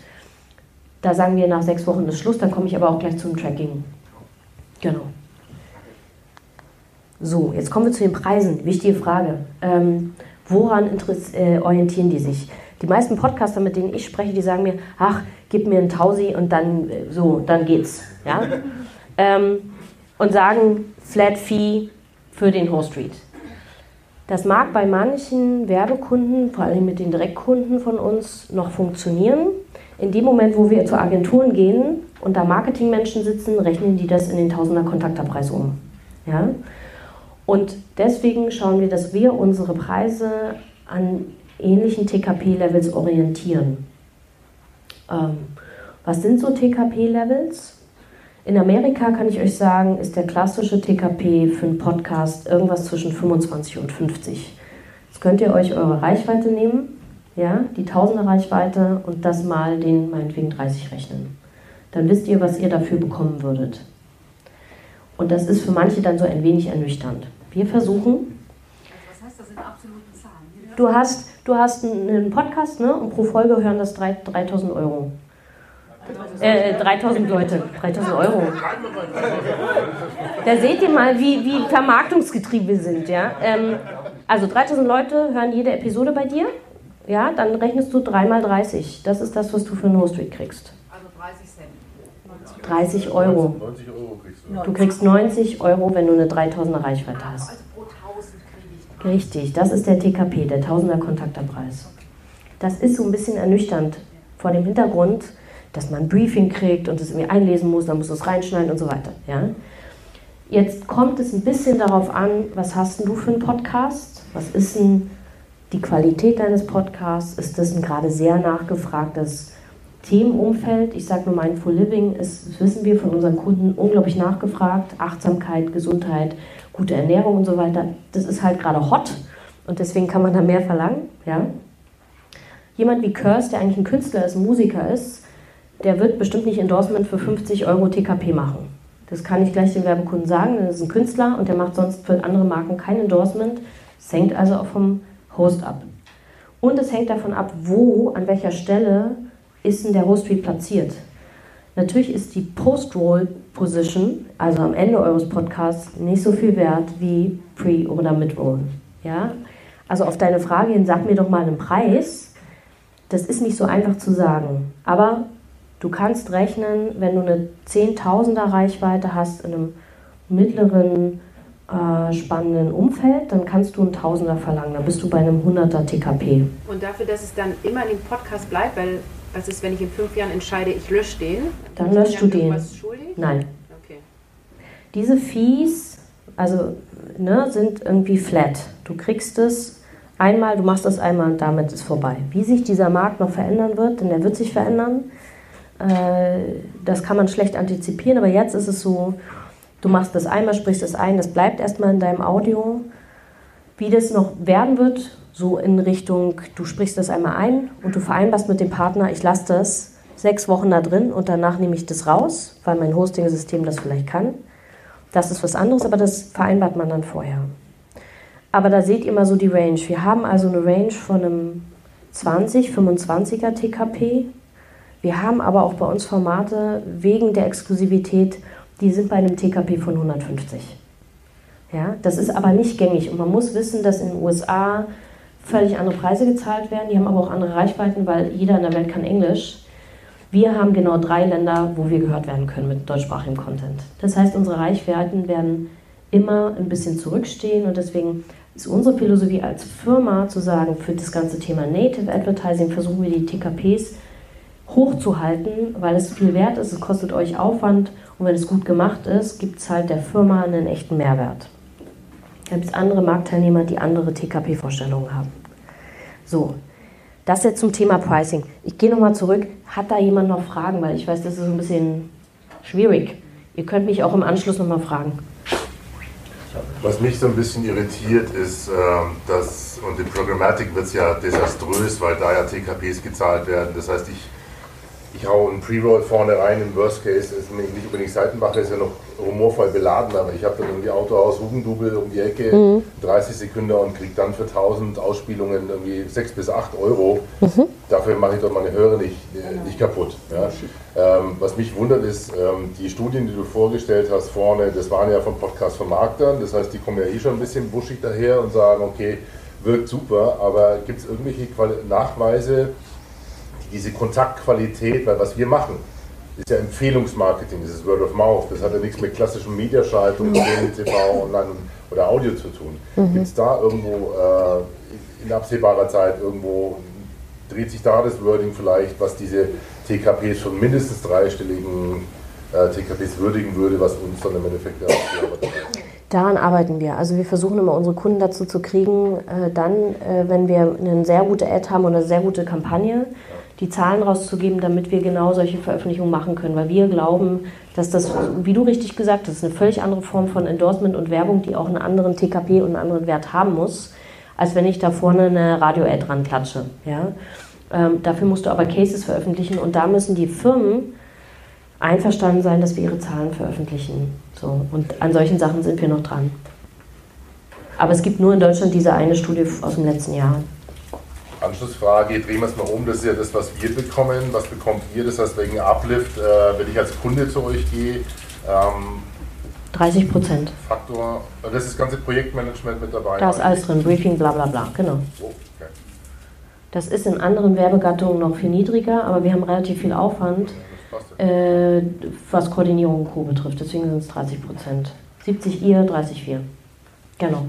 da sagen wir nach sechs Wochen ist Schluss, dann komme ich aber auch gleich zum Tracking. Genau. So, jetzt kommen wir zu den Preisen. Wichtige Frage. Ähm, woran äh, orientieren die sich? Die meisten Podcaster, mit denen ich spreche, die sagen mir, ach, gib mir einen Tausi und dann äh, so, dann geht's. Ja? ähm, und sagen Flat Fee für den Host-Read. Das mag bei manchen Werbekunden, vor allem mit den Direktkunden von uns, noch funktionieren. In dem Moment, wo wir zu Agenturen gehen und da Marketingmenschen sitzen, rechnen die das in den Tausender Kontakterpreis um. Ja? Und deswegen schauen wir, dass wir unsere Preise an ähnlichen T K P-Levels orientieren. Ähm, was sind so T K P-Levels? In Amerika kann ich euch sagen, ist der klassische T K P für einen Podcast irgendwas zwischen fünfundzwanzig und fünfzig. Jetzt könnt ihr euch eure Reichweite nehmen, ja, die Tausender Reichweite und das mal den meinetwegen dreißig rechnen. Dann wisst ihr, was ihr dafür bekommen würdet. Und das ist für manche dann so ein wenig ernüchternd. Wir versuchen... Was heißt das in absoluten Zahlen? Du hast, du hast einen Podcast, ne, und pro Folge hören das dreitausend Euro. Äh, dreitausend Leute, dreitausend Euro. Da seht ihr mal, wie, wie vermarktungsgetrieben wir sind. Ja? Ähm, also dreitausend Leute hören jede Episode bei dir. Ja, dann rechnest du drei mal dreißig. Das ist das, was du für einen Host-Read kriegst. Also dreißig Cent. dreißig Euro. neunzig Euro kriegst du. Du kriegst neunzig Euro, wenn du eine dreitausender Reichweite hast. Also pro tausend kriege ich. Richtig, das ist der T K P, der Tausender Kontakterpreis. Das ist so ein bisschen ernüchternd vor dem Hintergrund, dass man ein Briefing kriegt und es irgendwie einlesen muss, dann muss es reinschneiden und so weiter. Ja? Jetzt kommt es ein bisschen darauf an, was hast denn du für einen Podcast? Was ist denn die Qualität deines Podcasts? Ist das ein gerade sehr nachgefragtes Themenumfeld? Ich sage nur, Mindful Living ist, das wissen wir von unseren Kunden, unglaublich nachgefragt. Achtsamkeit, Gesundheit, gute Ernährung und so weiter. Das ist halt gerade hot und deswegen kann man da mehr verlangen. Ja? Jemand wie Curse, der eigentlich ein Künstler ist, ein Musiker ist, der wird bestimmt nicht Endorsement für fünfzig Euro T K P machen. Das kann ich gleich dem Werbekunden sagen, denn das ist ein Künstler und der macht sonst für andere Marken kein Endorsement. Es hängt also auch vom Host ab. Und es hängt davon ab, wo, an welcher Stelle ist denn der Host-Read platziert. Natürlich ist die Post-Roll-Position, also am Ende eures Podcasts, nicht so viel wert wie Pre- oder Mid-Roll. Ja? Also auf deine Frage hin, sag mir doch mal einen Preis. Das ist nicht so einfach zu sagen. Aber du kannst rechnen, wenn du eine Zehntausender Reichweite hast in einem mittleren, äh, spannenden Umfeld, dann kannst du einen Tausender verlangen. Dann bist du bei einem Hunderter T K P. Und dafür, dass es dann immer in dem Podcast bleibt, weil was ist, wenn ich in fünf Jahren entscheide, ich lösche den? Dann löschst du den. Schuldig? Nein. Okay. Diese Fees, also ne, sind irgendwie flat. Du kriegst es einmal, du machst das einmal und damit ist vorbei. Wie sich dieser Markt noch verändern wird, denn der wird sich verändern, äh, das kann man schlecht antizipieren, aber jetzt ist es so, du machst das einmal, sprichst es ein, das bleibt erstmal in deinem Audio. Wie das noch werden wird, so in Richtung, du sprichst das einmal ein und du vereinbarst mit dem Partner, ich lasse das sechs Wochen da drin und danach nehme ich das raus, weil mein Hosting-System das vielleicht kann. Das ist was anderes, aber das vereinbart man dann vorher. Aber da seht ihr mal so die Range. Wir haben also eine Range von einem zwanzig, fünfundzwanziger T K P. Wir haben aber auch bei uns Formate wegen der Exklusivität, die sind bei einem T K P von hundertfünfzig. Ja, das ist aber nicht gängig und man muss wissen, dass in den U S A völlig andere Preise gezahlt werden. Die haben aber auch andere Reichweiten, weil jeder in der Welt kann Englisch. Wir haben genau drei Länder, wo wir gehört werden können mit deutschsprachigem Content. Das heißt, unsere Reichweiten werden immer ein bisschen zurückstehen und deswegen ist unsere Philosophie als Firma zu sagen, für das ganze Thema Native Advertising versuchen wir die T K Ps hochzuhalten, weil es viel wert ist, es kostet euch Aufwand und wenn es gut gemacht ist, gibt es halt der Firma einen echten Mehrwert. Da gibt es andere Marktteilnehmer, die andere T K P-Vorstellungen haben. So, das jetzt zum Thema Pricing. Ich gehe nochmal zurück. Hat da jemand noch Fragen? Weil ich weiß, das ist ein bisschen schwierig. Ihr könnt mich auch im Anschluss nochmal fragen. Was mich so ein bisschen irritiert ist, dass, und in Programmatic wird es ja desaströs, weil da ja T K Ps gezahlt werden. Das heißt, ich, ich hau einen Pre-Roll vorne rein, im Worst Case ist nicht unbedingt Seitenbacher, ist ja noch humorvoll beladen, aber ich habe dann irgendwie Autohaus Hugendubel um die Ecke, mhm. dreißig Sekunden und kriege dann für tausend Ausspielungen irgendwie sechs bis acht Euro. Mhm. Dafür mache ich doch meine Hörer nicht, nicht kaputt. Ja. Ähm, was mich wundert ist, ähm, die Studien, die du vorgestellt hast vorne, das waren ja von Podcast-Vermarktern, das heißt, die kommen ja eh schon ein bisschen buschig daher und sagen, okay, wirkt super, aber gibt es irgendwelche Nachweise, diese Kontaktqualität, weil was wir machen, ist ja Empfehlungsmarketing, das ist Word of Mouth, das hat ja nichts mit klassischem Mediaschaltung, T V, Online oder Audio zu tun. Mhm. Gibt es da irgendwo äh, in absehbarer Zeit irgendwo, dreht sich da das Wording vielleicht, was diese T K Ps von mindestens dreistelligen äh, T K Ps würdigen würde, was uns dann im Endeffekt ja arbeitet? Daran arbeiten wir. Also wir versuchen immer unsere Kunden dazu zu kriegen, äh, dann, äh, wenn wir eine sehr gute Ad haben oder eine sehr gute Kampagne, die Zahlen rauszugeben, damit wir genau solche Veröffentlichungen machen können. Weil wir glauben, dass das, wie du richtig gesagt hast, eine völlig andere Form von Endorsement und Werbung, die auch einen anderen T K P und einen anderen Wert haben muss, als wenn ich da vorne eine Radio-Ad dran klatsche. Ja? Ähm, dafür musst du aber Cases veröffentlichen und da müssen die Firmen einverstanden sein, dass wir ihre Zahlen veröffentlichen. So, und an solchen Sachen sind wir noch dran. Aber es gibt nur in Deutschland diese eine Studie aus dem letzten Jahr. Anschlussfrage, drehen wir es mal um, das ist ja das, was wir bekommen. Was bekommt ihr? Das heißt, wegen Uplift, äh, wenn ich als Kunde zu euch gehe, ähm, dreißig Prozent. Faktor, das ist das ganze Projektmanagement mit dabei? Da ist alles drin, Briefing, bla bla bla, genau. Oh, okay. Das ist in anderen Werbegattungen noch viel niedriger, aber wir haben relativ viel Aufwand, ja, äh, was Koordinierung und Co. betrifft. Deswegen sind es dreißig Prozent. siebzig ihr, dreißig wir. Genau.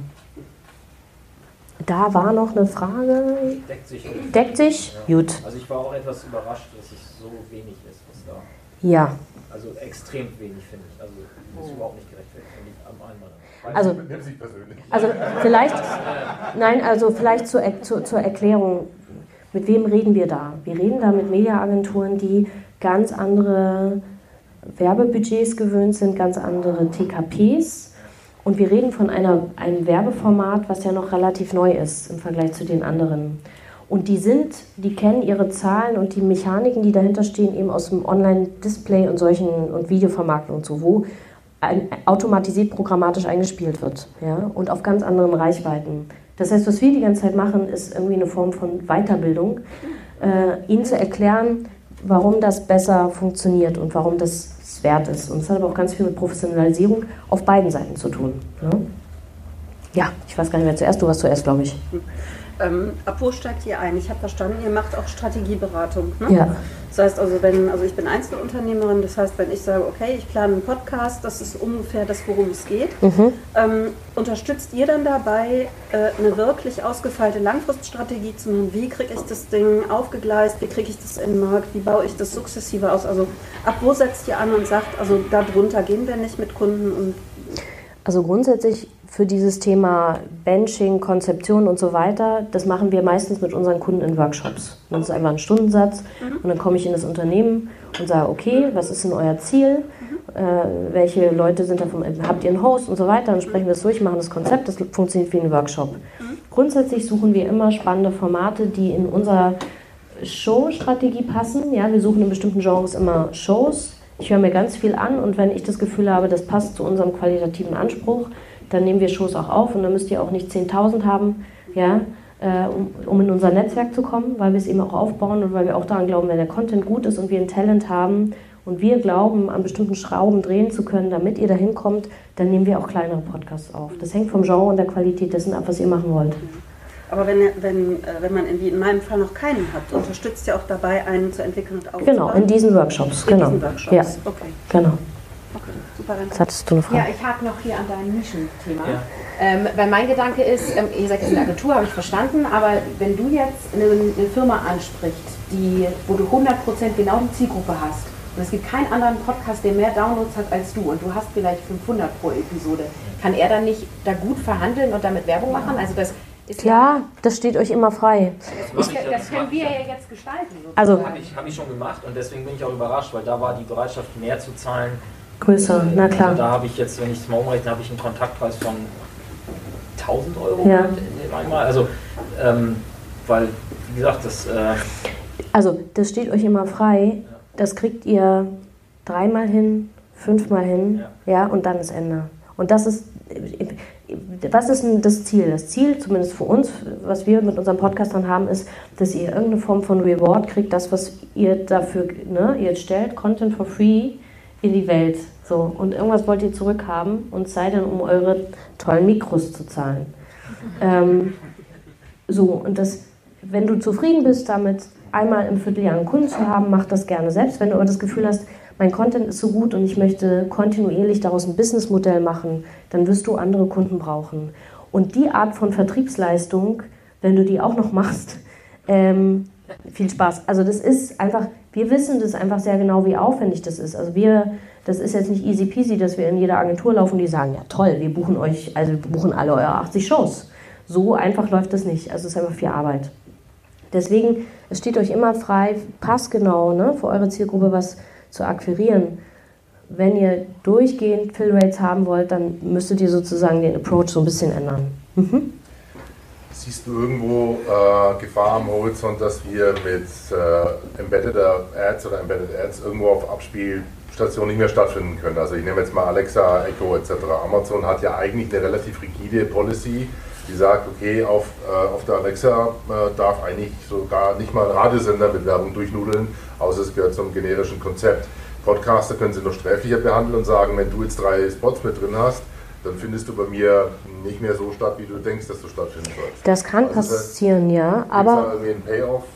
Da war noch eine Frage. Deckt sich. Deckt sich? Ja. Gut. Also ich war auch etwas überrascht, dass es so wenig ist, was da. Ja. Also extrem wenig, finde ich. Also das ist überhaupt nicht gerechtfertigt. Am einmal. Also, also vielleicht, nein, also vielleicht zur, zur, zur Erklärung, mit wem reden wir da? Wir reden da mit Mediaagenturen, die ganz andere Werbebudgets gewöhnt sind, ganz andere T K Ps. Und wir reden von einer, einem Werbeformat, was ja noch relativ neu ist im Vergleich zu den anderen. Und die sind, die kennen ihre Zahlen und die Mechaniken, die dahinter stehen, eben aus dem Online-Display und solchen und Videovermarktung und so, wo ein, automatisiert programmatisch eingespielt wird, ja, und auf ganz anderen Reichweiten. Das heißt, was wir die ganze Zeit machen, ist irgendwie eine Form von Weiterbildung, äh, ihnen zu erklären, warum das besser funktioniert und warum das es wert ist. Und es hat aber auch ganz viel mit Professionalisierung auf beiden Seiten zu tun. Ne? Ja, ich weiß gar nicht, wer zuerst, du warst zuerst, glaube ich. Ähm, ab wo steigt ihr ein? Ich habe verstanden, ihr macht auch Strategieberatung. Ne? Ja. Das heißt also, wenn, also ich bin Einzelunternehmerin, das heißt, wenn ich sage, okay, ich plane einen Podcast, das ist ungefähr das, worum es geht. Mhm. Ähm, unterstützt ihr dann dabei, äh, eine wirklich ausgefeilte Langfriststrategie zu machen? Wie kriege ich das Ding aufgegleist? Wie kriege ich das in den Markt? Wie baue ich das sukzessive aus? Also ab wo setzt ihr an und sagt, also darunter gehen wir nicht mit Kunden? Und also grundsätzlich für dieses Thema Benching, Konzeption und so weiter, das machen wir meistens mit unseren Kunden in Workshops. Das ist einfach ein Stundensatz mhm. und dann komme ich in das Unternehmen und sage, okay, was ist denn euer Ziel? Mhm. Äh, welche Leute sind davon, habt ihr einen Host und so weiter? Dann sprechen wir das durch, machen das Konzept, das funktioniert wie ein Workshop. Mhm. Grundsätzlich suchen wir immer spannende Formate, die in unserer Show-Strategie passen. Ja, wir suchen in bestimmten Genres immer Shows. Ich höre mir ganz viel an und wenn ich das Gefühl habe, das passt zu unserem qualitativen Anspruch, dann nehmen wir Shows auch auf und dann müsst ihr auch nicht zehntausend haben, ja, äh, um, um in unser Netzwerk zu kommen, weil wir es eben auch aufbauen und weil wir auch daran glauben, wenn der Content gut ist und wir ein Talent haben und wir glauben, an bestimmten Schrauben drehen zu können, damit ihr dahin kommt, dann nehmen wir auch kleinere Podcasts auf. Das hängt vom Genre und der Qualität dessen ab, was ihr machen wollt. Aber wenn, wenn, wenn man in, wie in meinem Fall noch keinen hat, unterstützt ihr auch dabei, einen zu entwickeln und aufzubauen? Genau, in diesen Workshops. In genau. diesen Workshops, ja. Okay. Genau. Okay, super, danke. Jetzt hattest du eine Frage. Ja, ich hake noch hier an dein Nischenthema. Ja. Ähm, weil mein Gedanke ist, ähm, ihr seid jetzt eine Agentur, habe ich verstanden, aber wenn du jetzt eine, eine Firma ansprichst, die, wo du hundert Prozent genau die Zielgruppe hast und es gibt keinen anderen Podcast, der mehr Downloads hat als du und du hast vielleicht fünfhundert pro Episode, kann er dann nicht da gut verhandeln und damit Werbung machen? Also das ist Klar, das steht euch immer frei. Das, ich, das können wir ja jetzt gestalten. Sozusagen. Also habe ich, hab ich schon gemacht und deswegen bin ich auch überrascht, weil da war die Bereitschaft mehr zu zahlen. Größer, na klar. Also da habe ich jetzt, wenn ich es mal umrechne, habe ich einen Kontaktpreis von tausend Euro ja. einmal. Also, ähm, weil, wie gesagt, das... Äh also, das steht euch immer frei. Das kriegt ihr dreimal hin, fünfmal hin, ja, ja und dann ist Ende. Und das ist... Was ist denn das Ziel? Das Ziel, zumindest für uns, was wir mit unseren Podcastern haben, ist, dass ihr irgendeine Form von Reward kriegt, das, was ihr dafür, ne, ihr stellt Content for free in die Welt. So. Und irgendwas wollt ihr zurückhaben und es sei denn, um eure tollen Mikros zu zahlen. Ähm, so, und das, wenn du zufrieden bist damit, einmal im Vierteljahr einen Kunden zu haben, mach das gerne selbst. Wenn du aber das Gefühl hast, mein Content ist so gut und ich möchte kontinuierlich daraus ein Businessmodell machen, dann wirst du andere Kunden brauchen. Und die Art von Vertriebsleistung, wenn du die auch noch machst, ähm, viel Spaß. Also das ist einfach, wir wissen das einfach sehr genau, wie aufwendig das ist. Also wir, das ist jetzt nicht easy peasy, dass wir in jeder Agentur laufen und die sagen, ja toll, wir buchen euch, also wir buchen alle eure achtzig Shows. So einfach läuft das nicht. Also es ist einfach viel Arbeit. Deswegen, es steht euch immer frei, passgenau, ne, für eure Zielgruppe was zu akquirieren. Wenn ihr durchgehend Fill-Rates haben wollt, dann müsstet ihr sozusagen den Approach so ein bisschen ändern. Mhm. Siehst du irgendwo äh, Gefahr am Horizont, dass wir mit äh, Embedded Ads oder Embedded Ads irgendwo auf Abspielstationen nicht mehr stattfinden können? Also ich nehme jetzt mal Alexa, Echo et cetera. Amazon hat ja eigentlich eine relativ rigide Policy, die sagt, okay, auf, äh, auf der Alexa äh, darf eigentlich sogar nicht mal ein Radiosender mit Werbung durchnudeln, außer es gehört zum generischen Konzept. Podcaster können sie noch sträflicher behandeln und sagen, wenn du jetzt drei Spots mit drin hast, dann findest du bei mir nicht mehr so statt, wie du denkst, dass du stattfinden sollst. Das kann also passieren, das heißt, ja, aber... Gibt es da irgendwie eine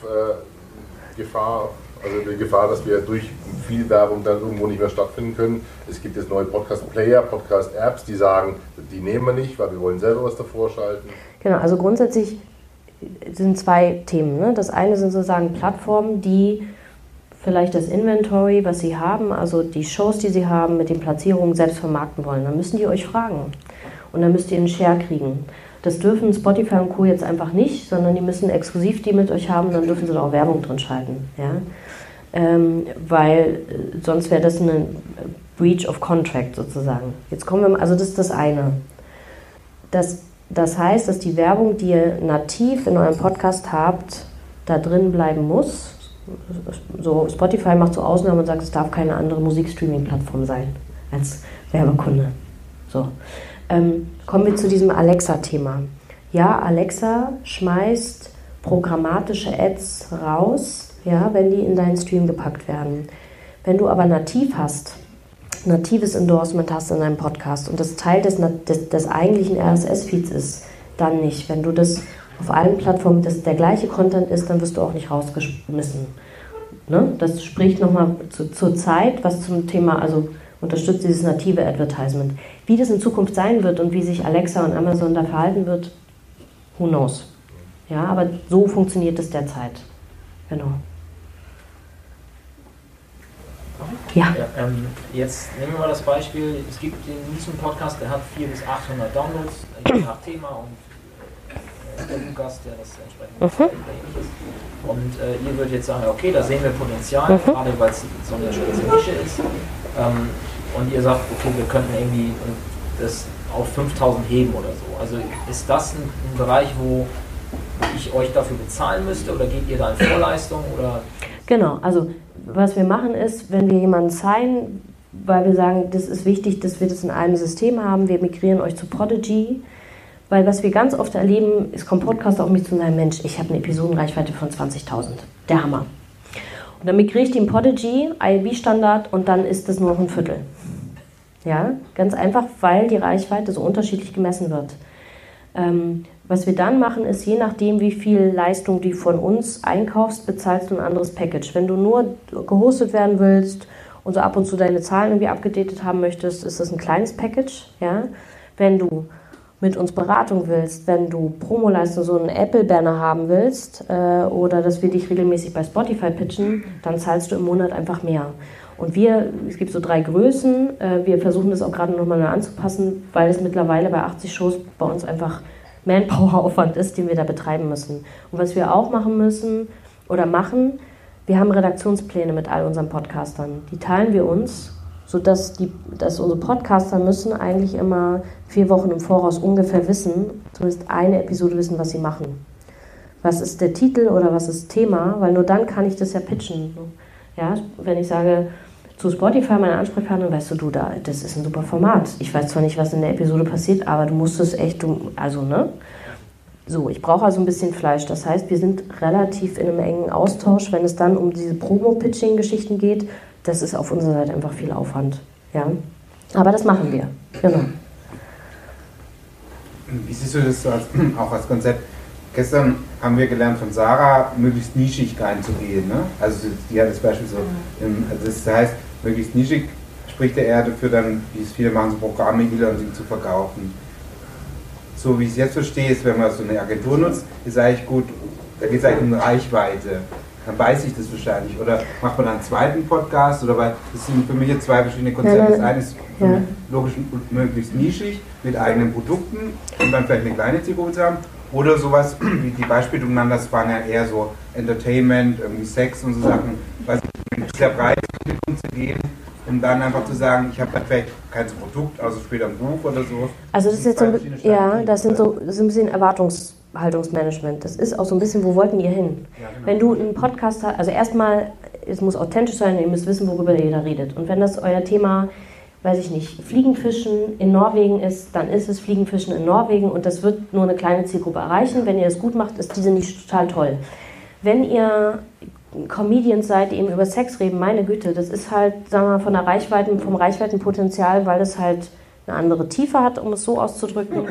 Payoff-Gefahr, äh, also die Gefahr, dass wir durch viel Werbung dann irgendwo nicht mehr stattfinden können. Es gibt jetzt neue Podcast-Player, Podcast-Apps, die sagen, die nehmen wir nicht, weil wir wollen selber was davor schalten. Genau, also grundsätzlich sind zwei Themen. Ne? Das eine sind sozusagen Plattformen, die vielleicht das Inventory, was sie haben, also die Shows, die sie haben, mit den Platzierungen selbst vermarkten wollen. Dann müssen die euch fragen und dann müsst ihr einen Share kriegen. Das dürfen Spotify und Co. jetzt einfach nicht, sondern die müssen exklusiv die mit euch haben, dann dürfen sie da auch Werbung drin schalten. Ja? Ähm, weil sonst wäre das eine Breach of Contract sozusagen. Jetzt kommen wir mal, also das ist das eine. Das, das heißt, dass die Werbung, die ihr nativ in eurem Podcast habt, da drin bleiben muss. So, Spotify macht so Ausnahmen und sagt, es darf keine andere Musikstreaming-Plattform sein als Werbekunde. So. Ähm, kommen wir zu diesem Alexa-Thema. Ja, Alexa schmeißt programmatische Ads raus, ja, wenn die in deinen Stream gepackt werden. Wenn du aber nativ hast, natives Endorsement hast in deinem Podcast und das Teil des, des, des eigentlichen R S S-Feeds ist, dann nicht. Wenn du das auf allen Plattformen das der gleiche Content ist, dann wirst du auch nicht rausgeschmissen. Ne? Das spricht nochmal zu, zur Zeit, was zum Thema, also unterstützt dieses native Advertisement. Wie das in Zukunft sein wird und wie sich Alexa und Amazon da verhalten wird, who knows. Ja, aber so funktioniert es derzeit. Genau. Ja. ja ähm, jetzt nehmen wir mal das Beispiel, es gibt den Nichen-Podcast, der hat vierhundert bis achthundert Downloads, je nach Thema und äh, der Lukas, der das entsprechend mhm. ähnlich ist. Und äh, ihr würdet jetzt sagen, okay, da sehen wir Potenzial, mhm. gerade weil es so eine spitze Nische ist. Ähm, und ihr sagt, okay, wir könnten irgendwie das auf fünftausend heben oder so. Also ist das ein, ein Bereich, wo ich euch dafür bezahlen müsste oder gebt ihr da in Vorleistung? Oder? Genau, also was wir machen ist, wenn wir jemanden signen, weil wir sagen, das ist wichtig, dass wir das in einem System haben, wir migrieren euch zu Podigy, weil was wir ganz oft erleben, es kommt Podcast auf mich zu sagen, Mensch, ich habe eine Episodenreichweite von zwanzigtausend, der Hammer. Und dann migriere ich die in Podigy, I A B-Standard und dann ist das nur noch ein Viertel. Ja, ganz einfach, weil die Reichweite so unterschiedlich gemessen wird. Ähm, was wir dann machen, ist, je nachdem, wie viel Leistung du von uns einkaufst, bezahlst du ein anderes Package. Wenn du nur gehostet werden willst und so ab und zu deine Zahlen irgendwie abgedatet haben möchtest, ist das ein kleines Package. Ja? Wenn du mit uns Beratung willst, wenn du Promoleistung, so einen Apple-Banner haben willst äh, oder dass wir dich regelmäßig bei Spotify pitchen, dann zahlst du im Monat einfach mehr. Und wir, es gibt so drei Größen, äh, wir versuchen das auch gerade nochmal anzupassen, weil es mittlerweile bei achtzig Shows bei uns einfach Manpower-Aufwand ist, den wir da betreiben müssen. Und was wir auch machen müssen oder machen, wir haben Redaktionspläne mit all unseren Podcastern. Die teilen wir uns, sodass die, dass unsere Podcaster müssen eigentlich immer vier Wochen im Voraus ungefähr wissen, zumindest eine Episode wissen, was sie machen. Was ist der Titel oder was ist das Thema? Weil nur dann kann ich das ja pitchen. Ja, wenn ich sage, zu Spotify, meine Ansprechpartnerin, weißt du, du, da, das ist ein super Format. Ich weiß zwar nicht, was in der Episode passiert, aber du musst es echt, du, also, ne? So, ich brauche also ein bisschen Fleisch. Das heißt, wir sind relativ in einem engen Austausch, wenn es dann um diese Promo-Pitching-Geschichten geht. Das ist auf unserer Seite einfach viel Aufwand. Ja? Aber das machen wir. Genau. Wie siehst du das so als, auch als Konzept? Gestern haben wir gelernt von Sarah, möglichst nischig reinzugehen. Ne? Also die hat das Beispiel so, im, also das heißt, möglichst nischig spricht er eher dafür dann, wie es viele machen, so Programme, E-Learning zu verkaufen. So wie ich es jetzt verstehe, ist, wenn man so eine Agentur nutzt, ist eigentlich gut, da geht es eigentlich um Reichweite. Dann weiß ich das wahrscheinlich. Oder macht man dann einen zweiten Podcast? Oder weil das sind für mich jetzt zwei verschiedene Konzepte. Das eine ist für mich logisch möglichst nischig mit eigenen Produkten und dann vielleicht eine kleine Zielgruppe zu haben. Oder sowas, wie die Beispiele, die du genannt hast, waren ja eher so Entertainment, irgendwie Sex und so Sachen, was sehr breit zu gehen, um dann einfach zu sagen, ich habe dann vielleicht kein Produkt, also später ein Buch oder so. Also das ist jetzt so ein, ja, das sind so, das ist ein bisschen Erwartungshaltungsmanagement. Das ist auch so ein bisschen, wo wollten ihr hin? Ja, genau. Wenn du einen Podcast hast, also erstmal, es muss authentisch sein, ihr müsst wissen, worüber ihr da redet. Und wenn das euer Thema, weiß ich nicht, Fliegenfischen in Norwegen ist, dann ist es Fliegenfischen in Norwegen und das wird nur eine kleine Zielgruppe erreichen. Wenn ihr es gut macht, ist diese Nische total toll. Wenn ihr Comedians seid, die eben über Sex reden, meine Güte, das ist halt, sagen wir mal, von der Reichweite, vom Reichweitenpotenzial, weil es halt eine andere Tiefe hat, um es so auszudrücken.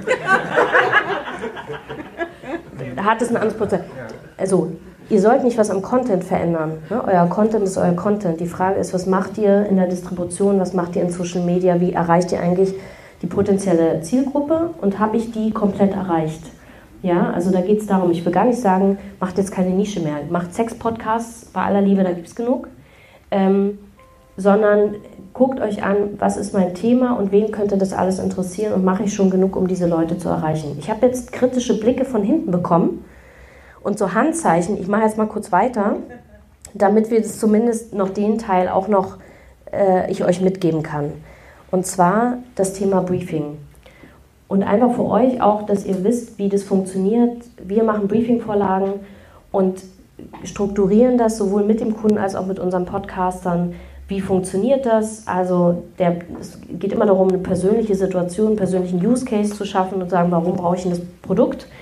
Hat es ein anderes Potenzial. Also, ihr sollt nicht was am Content verändern. Ne? Euer Content ist euer Content. Die Frage ist, was macht ihr in der Distribution, was macht ihr in Social Media, wie erreicht ihr eigentlich die potenzielle Zielgruppe und habe ich die komplett erreicht? Ja, also da geht es darum, ich will gar nicht sagen, macht jetzt keine Nische mehr, macht Sex-Podcasts, bei aller Liebe, da gibt es genug, ähm, sondern guckt euch an, was ist mein Thema und wen könnte das alles interessieren und mache ich schon genug, um diese Leute zu erreichen. Ich habe jetzt kritische Blicke von hinten bekommen und so Handzeichen, ich mache jetzt mal kurz weiter, damit wir das zumindest noch den Teil auch noch, äh, ich euch mitgeben kann. Und zwar das Thema Briefing. Und einfach für euch auch, dass ihr wisst, wie das funktioniert. Wir machen Briefing-Vorlagen und strukturieren das sowohl mit dem Kunden als auch mit unseren Podcastern. Wie funktioniert das? Also der, es geht immer darum, eine persönliche Situation, einen persönlichen Use Case zu schaffen und sagen, warum brauche ich denn das Produkt?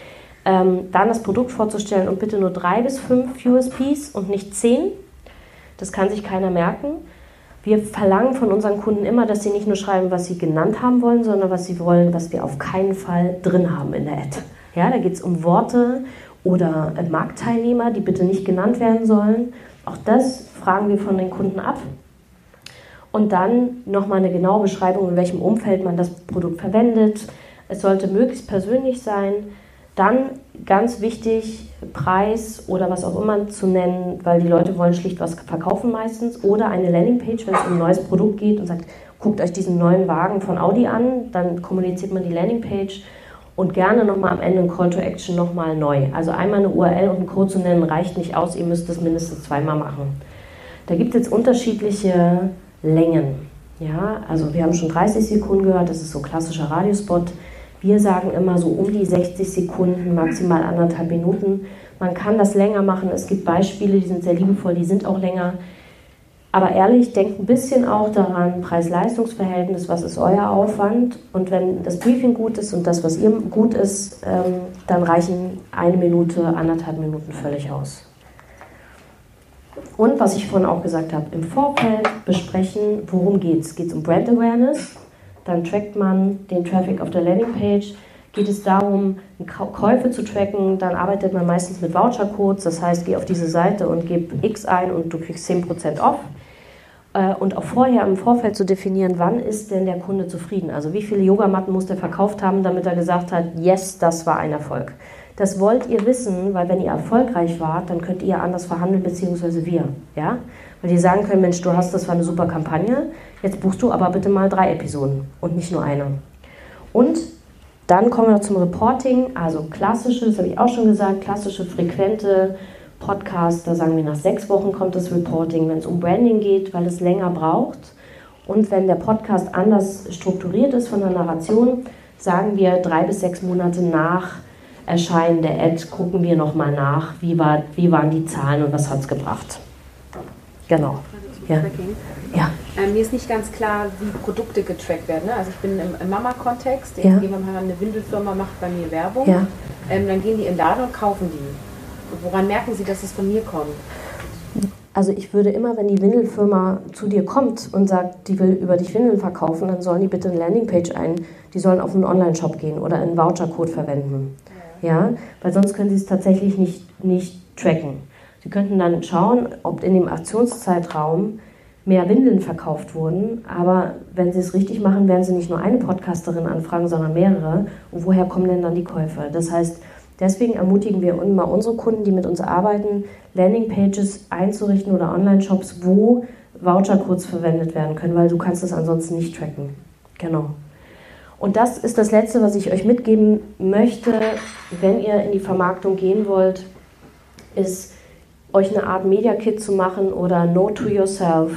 Ähm, dann das Produkt vorzustellen und bitte nur drei bis fünf U S Ps und nicht zehn. Das kann sich keiner merken. Wir verlangen von unseren Kunden immer, dass sie nicht nur schreiben, was sie genannt haben wollen, sondern was sie wollen, was wir auf keinen Fall drin haben in der Ad. Ja, da geht es um Worte oder Marktteilnehmer, die bitte nicht genannt werden sollen. Auch das fragen wir von den Kunden ab. Und dann nochmal eine genaue Beschreibung, in welchem Umfeld man das Produkt verwendet. Es sollte möglichst persönlich sein. Dann ganz wichtig, Preis oder was auch immer zu nennen, weil die Leute wollen schlicht was verkaufen meistens. Oder eine Landingpage, wenn es um ein neues Produkt geht und sagt, guckt euch diesen neuen Wagen von Audi an, dann kommuniziert man die Landingpage und gerne nochmal am Ende ein Call to Action nochmal neu. Also einmal eine U R L und einen Code zu nennen reicht nicht aus, ihr müsst das mindestens zweimal machen. Da gibt es jetzt unterschiedliche Längen. Ja, also wir haben schon dreißig Sekunden gehört, das ist so ein klassischer Radiospot. Wir sagen immer so um die sechzig Sekunden, maximal anderthalb Minuten. Man kann das länger machen, es gibt Beispiele, die sind sehr liebevoll, die sind auch länger. Aber ehrlich, denkt ein bisschen auch daran, Preis-Leistungs-Verhältnis, was ist euer Aufwand? Und wenn das Briefing gut ist und das, was ihr gut ist, ähm, dann reichen eine Minute, anderthalb Minuten völlig aus. Und was ich vorhin auch gesagt habe, im Vorfeld besprechen, worum geht es? Geht es um Brand Awareness? Dann trackt man den Traffic auf der Landingpage. Geht es darum, Käufe zu tracken, dann arbeitet man meistens mit Vouchercodes. Das heißt, geh auf diese Seite und gib X ein und du kriegst zehn Prozent off. Und auch vorher im Vorfeld zu definieren, wann ist denn der Kunde zufrieden? Also wie viele Yogamatten muss der verkauft haben, damit er gesagt hat, yes, das war ein Erfolg. Das wollt ihr wissen, weil wenn ihr erfolgreich wart, dann könnt ihr anders verhandeln, beziehungsweise wir. Ja? Weil die sagen können, Mensch, du hast, das war eine super Kampagne, jetzt buchst du aber bitte mal drei Episoden und nicht nur eine. Und dann kommen wir zum Reporting, also klassische, das habe ich auch schon gesagt, klassische, frequente Podcasts, da sagen wir, nach sechs Wochen kommt das Reporting, wenn es um Branding geht, weil es länger braucht. Und wenn der Podcast anders strukturiert ist von der Narration, sagen wir drei bis sechs Monate nach Erscheinen der Ad, gucken wir nochmal nach, wie, war, wie waren die Zahlen und was hat es gebracht. Genau. Ja. Ja. Ähm, mir ist nicht ganz klar, wie Produkte getrackt werden. Ne? Also ich bin im, im Mama-Kontext, Ja. jemand mal eine Windelfirma macht bei mir Werbung, Ja. ähm, dann gehen die in den Laden und kaufen die. Und woran merken sie, dass es von mir kommt? Also ich würde immer, wenn die Windelfirma zu dir kommt und sagt, die will über dich Windeln verkaufen, dann sollen die bitte eine Landingpage ein, die sollen auf einen Online-Shop gehen oder einen Vouchercode verwenden. Ja, weil sonst können sie es tatsächlich nicht, nicht tracken. Sie könnten dann schauen, ob in dem Aktionszeitraum mehr Windeln verkauft wurden, aber wenn sie es richtig machen, werden sie nicht nur eine Podcasterin anfragen, sondern mehrere. Und woher kommen denn dann die Käufe? Das heißt, deswegen ermutigen wir immer unsere Kunden, die mit uns arbeiten, Landingpages einzurichten oder Online-Shops, wo Vouchercodes verwendet werden können, weil du kannst es ansonsten nicht tracken. Genau. Und das ist das Letzte, was ich euch mitgeben möchte, wenn ihr in die Vermarktung gehen wollt, ist, euch eine Art Media-Kit zu machen oder Know to Yourself.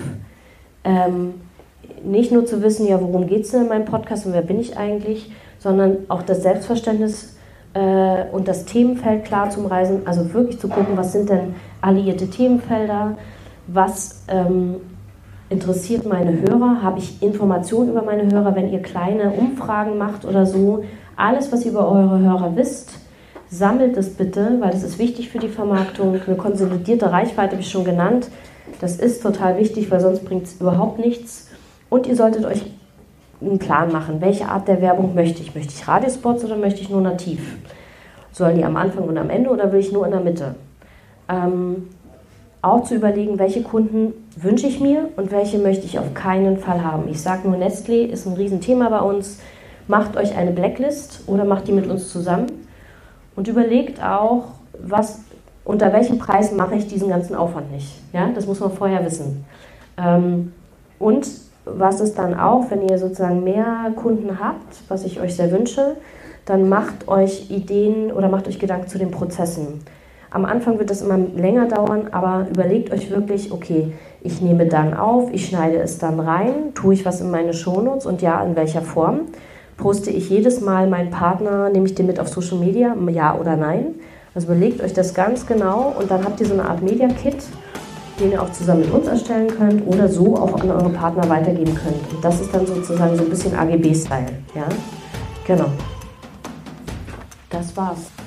Ähm, nicht nur zu wissen, ja, worum geht es denn in meinem Podcast und wer bin ich eigentlich, sondern auch das Selbstverständnis äh, und das Themenfeld klar zum Reisen, also wirklich zu gucken, was sind denn alliierte Themenfelder, was ähm, interessiert meine Hörer, habe ich Informationen über meine Hörer, wenn ihr kleine Umfragen macht oder so, alles, was ihr über eure Hörer wisst, sammelt es bitte, weil das ist wichtig für die Vermarktung. Eine konsolidierte Reichweite habe ich schon genannt. Das ist total wichtig, weil sonst bringt es überhaupt nichts. Und ihr solltet euch einen Plan machen, welche Art der Werbung möchte ich. Möchte ich Radiospots oder möchte ich nur nativ? Sollen die am Anfang und am Ende oder will ich nur in der Mitte? Ähm, auch zu überlegen, welche Kunden wünsche ich mir und welche möchte ich auf keinen Fall haben. Ich sage nur, Nestlé ist ein Riesenthema bei uns. Macht euch eine Blacklist oder macht die mit uns zusammen. Und überlegt auch, was, unter welchem Preis mache ich diesen ganzen Aufwand nicht. Ja, das muss man vorher wissen. Ähm, und was ist dann auch, wenn ihr sozusagen mehr Kunden habt, was ich euch sehr wünsche, dann macht euch Ideen oder macht euch Gedanken zu den Prozessen. Am Anfang wird das immer länger dauern, aber überlegt euch wirklich, okay, ich nehme dann auf, ich schneide es dann rein, tue ich was in meine Shownotes und ja, in welcher Form. Poste ich jedes Mal meinen Partner, nehme ich den mit auf Social Media, ja oder nein? Also überlegt euch das ganz genau und dann habt ihr so eine Art Media-Kit, den ihr auch zusammen mit uns erstellen könnt oder so auch an eure Partner weitergeben könnt. Und das ist dann sozusagen so ein bisschen A G B-Style. Ja? Genau. Das war's.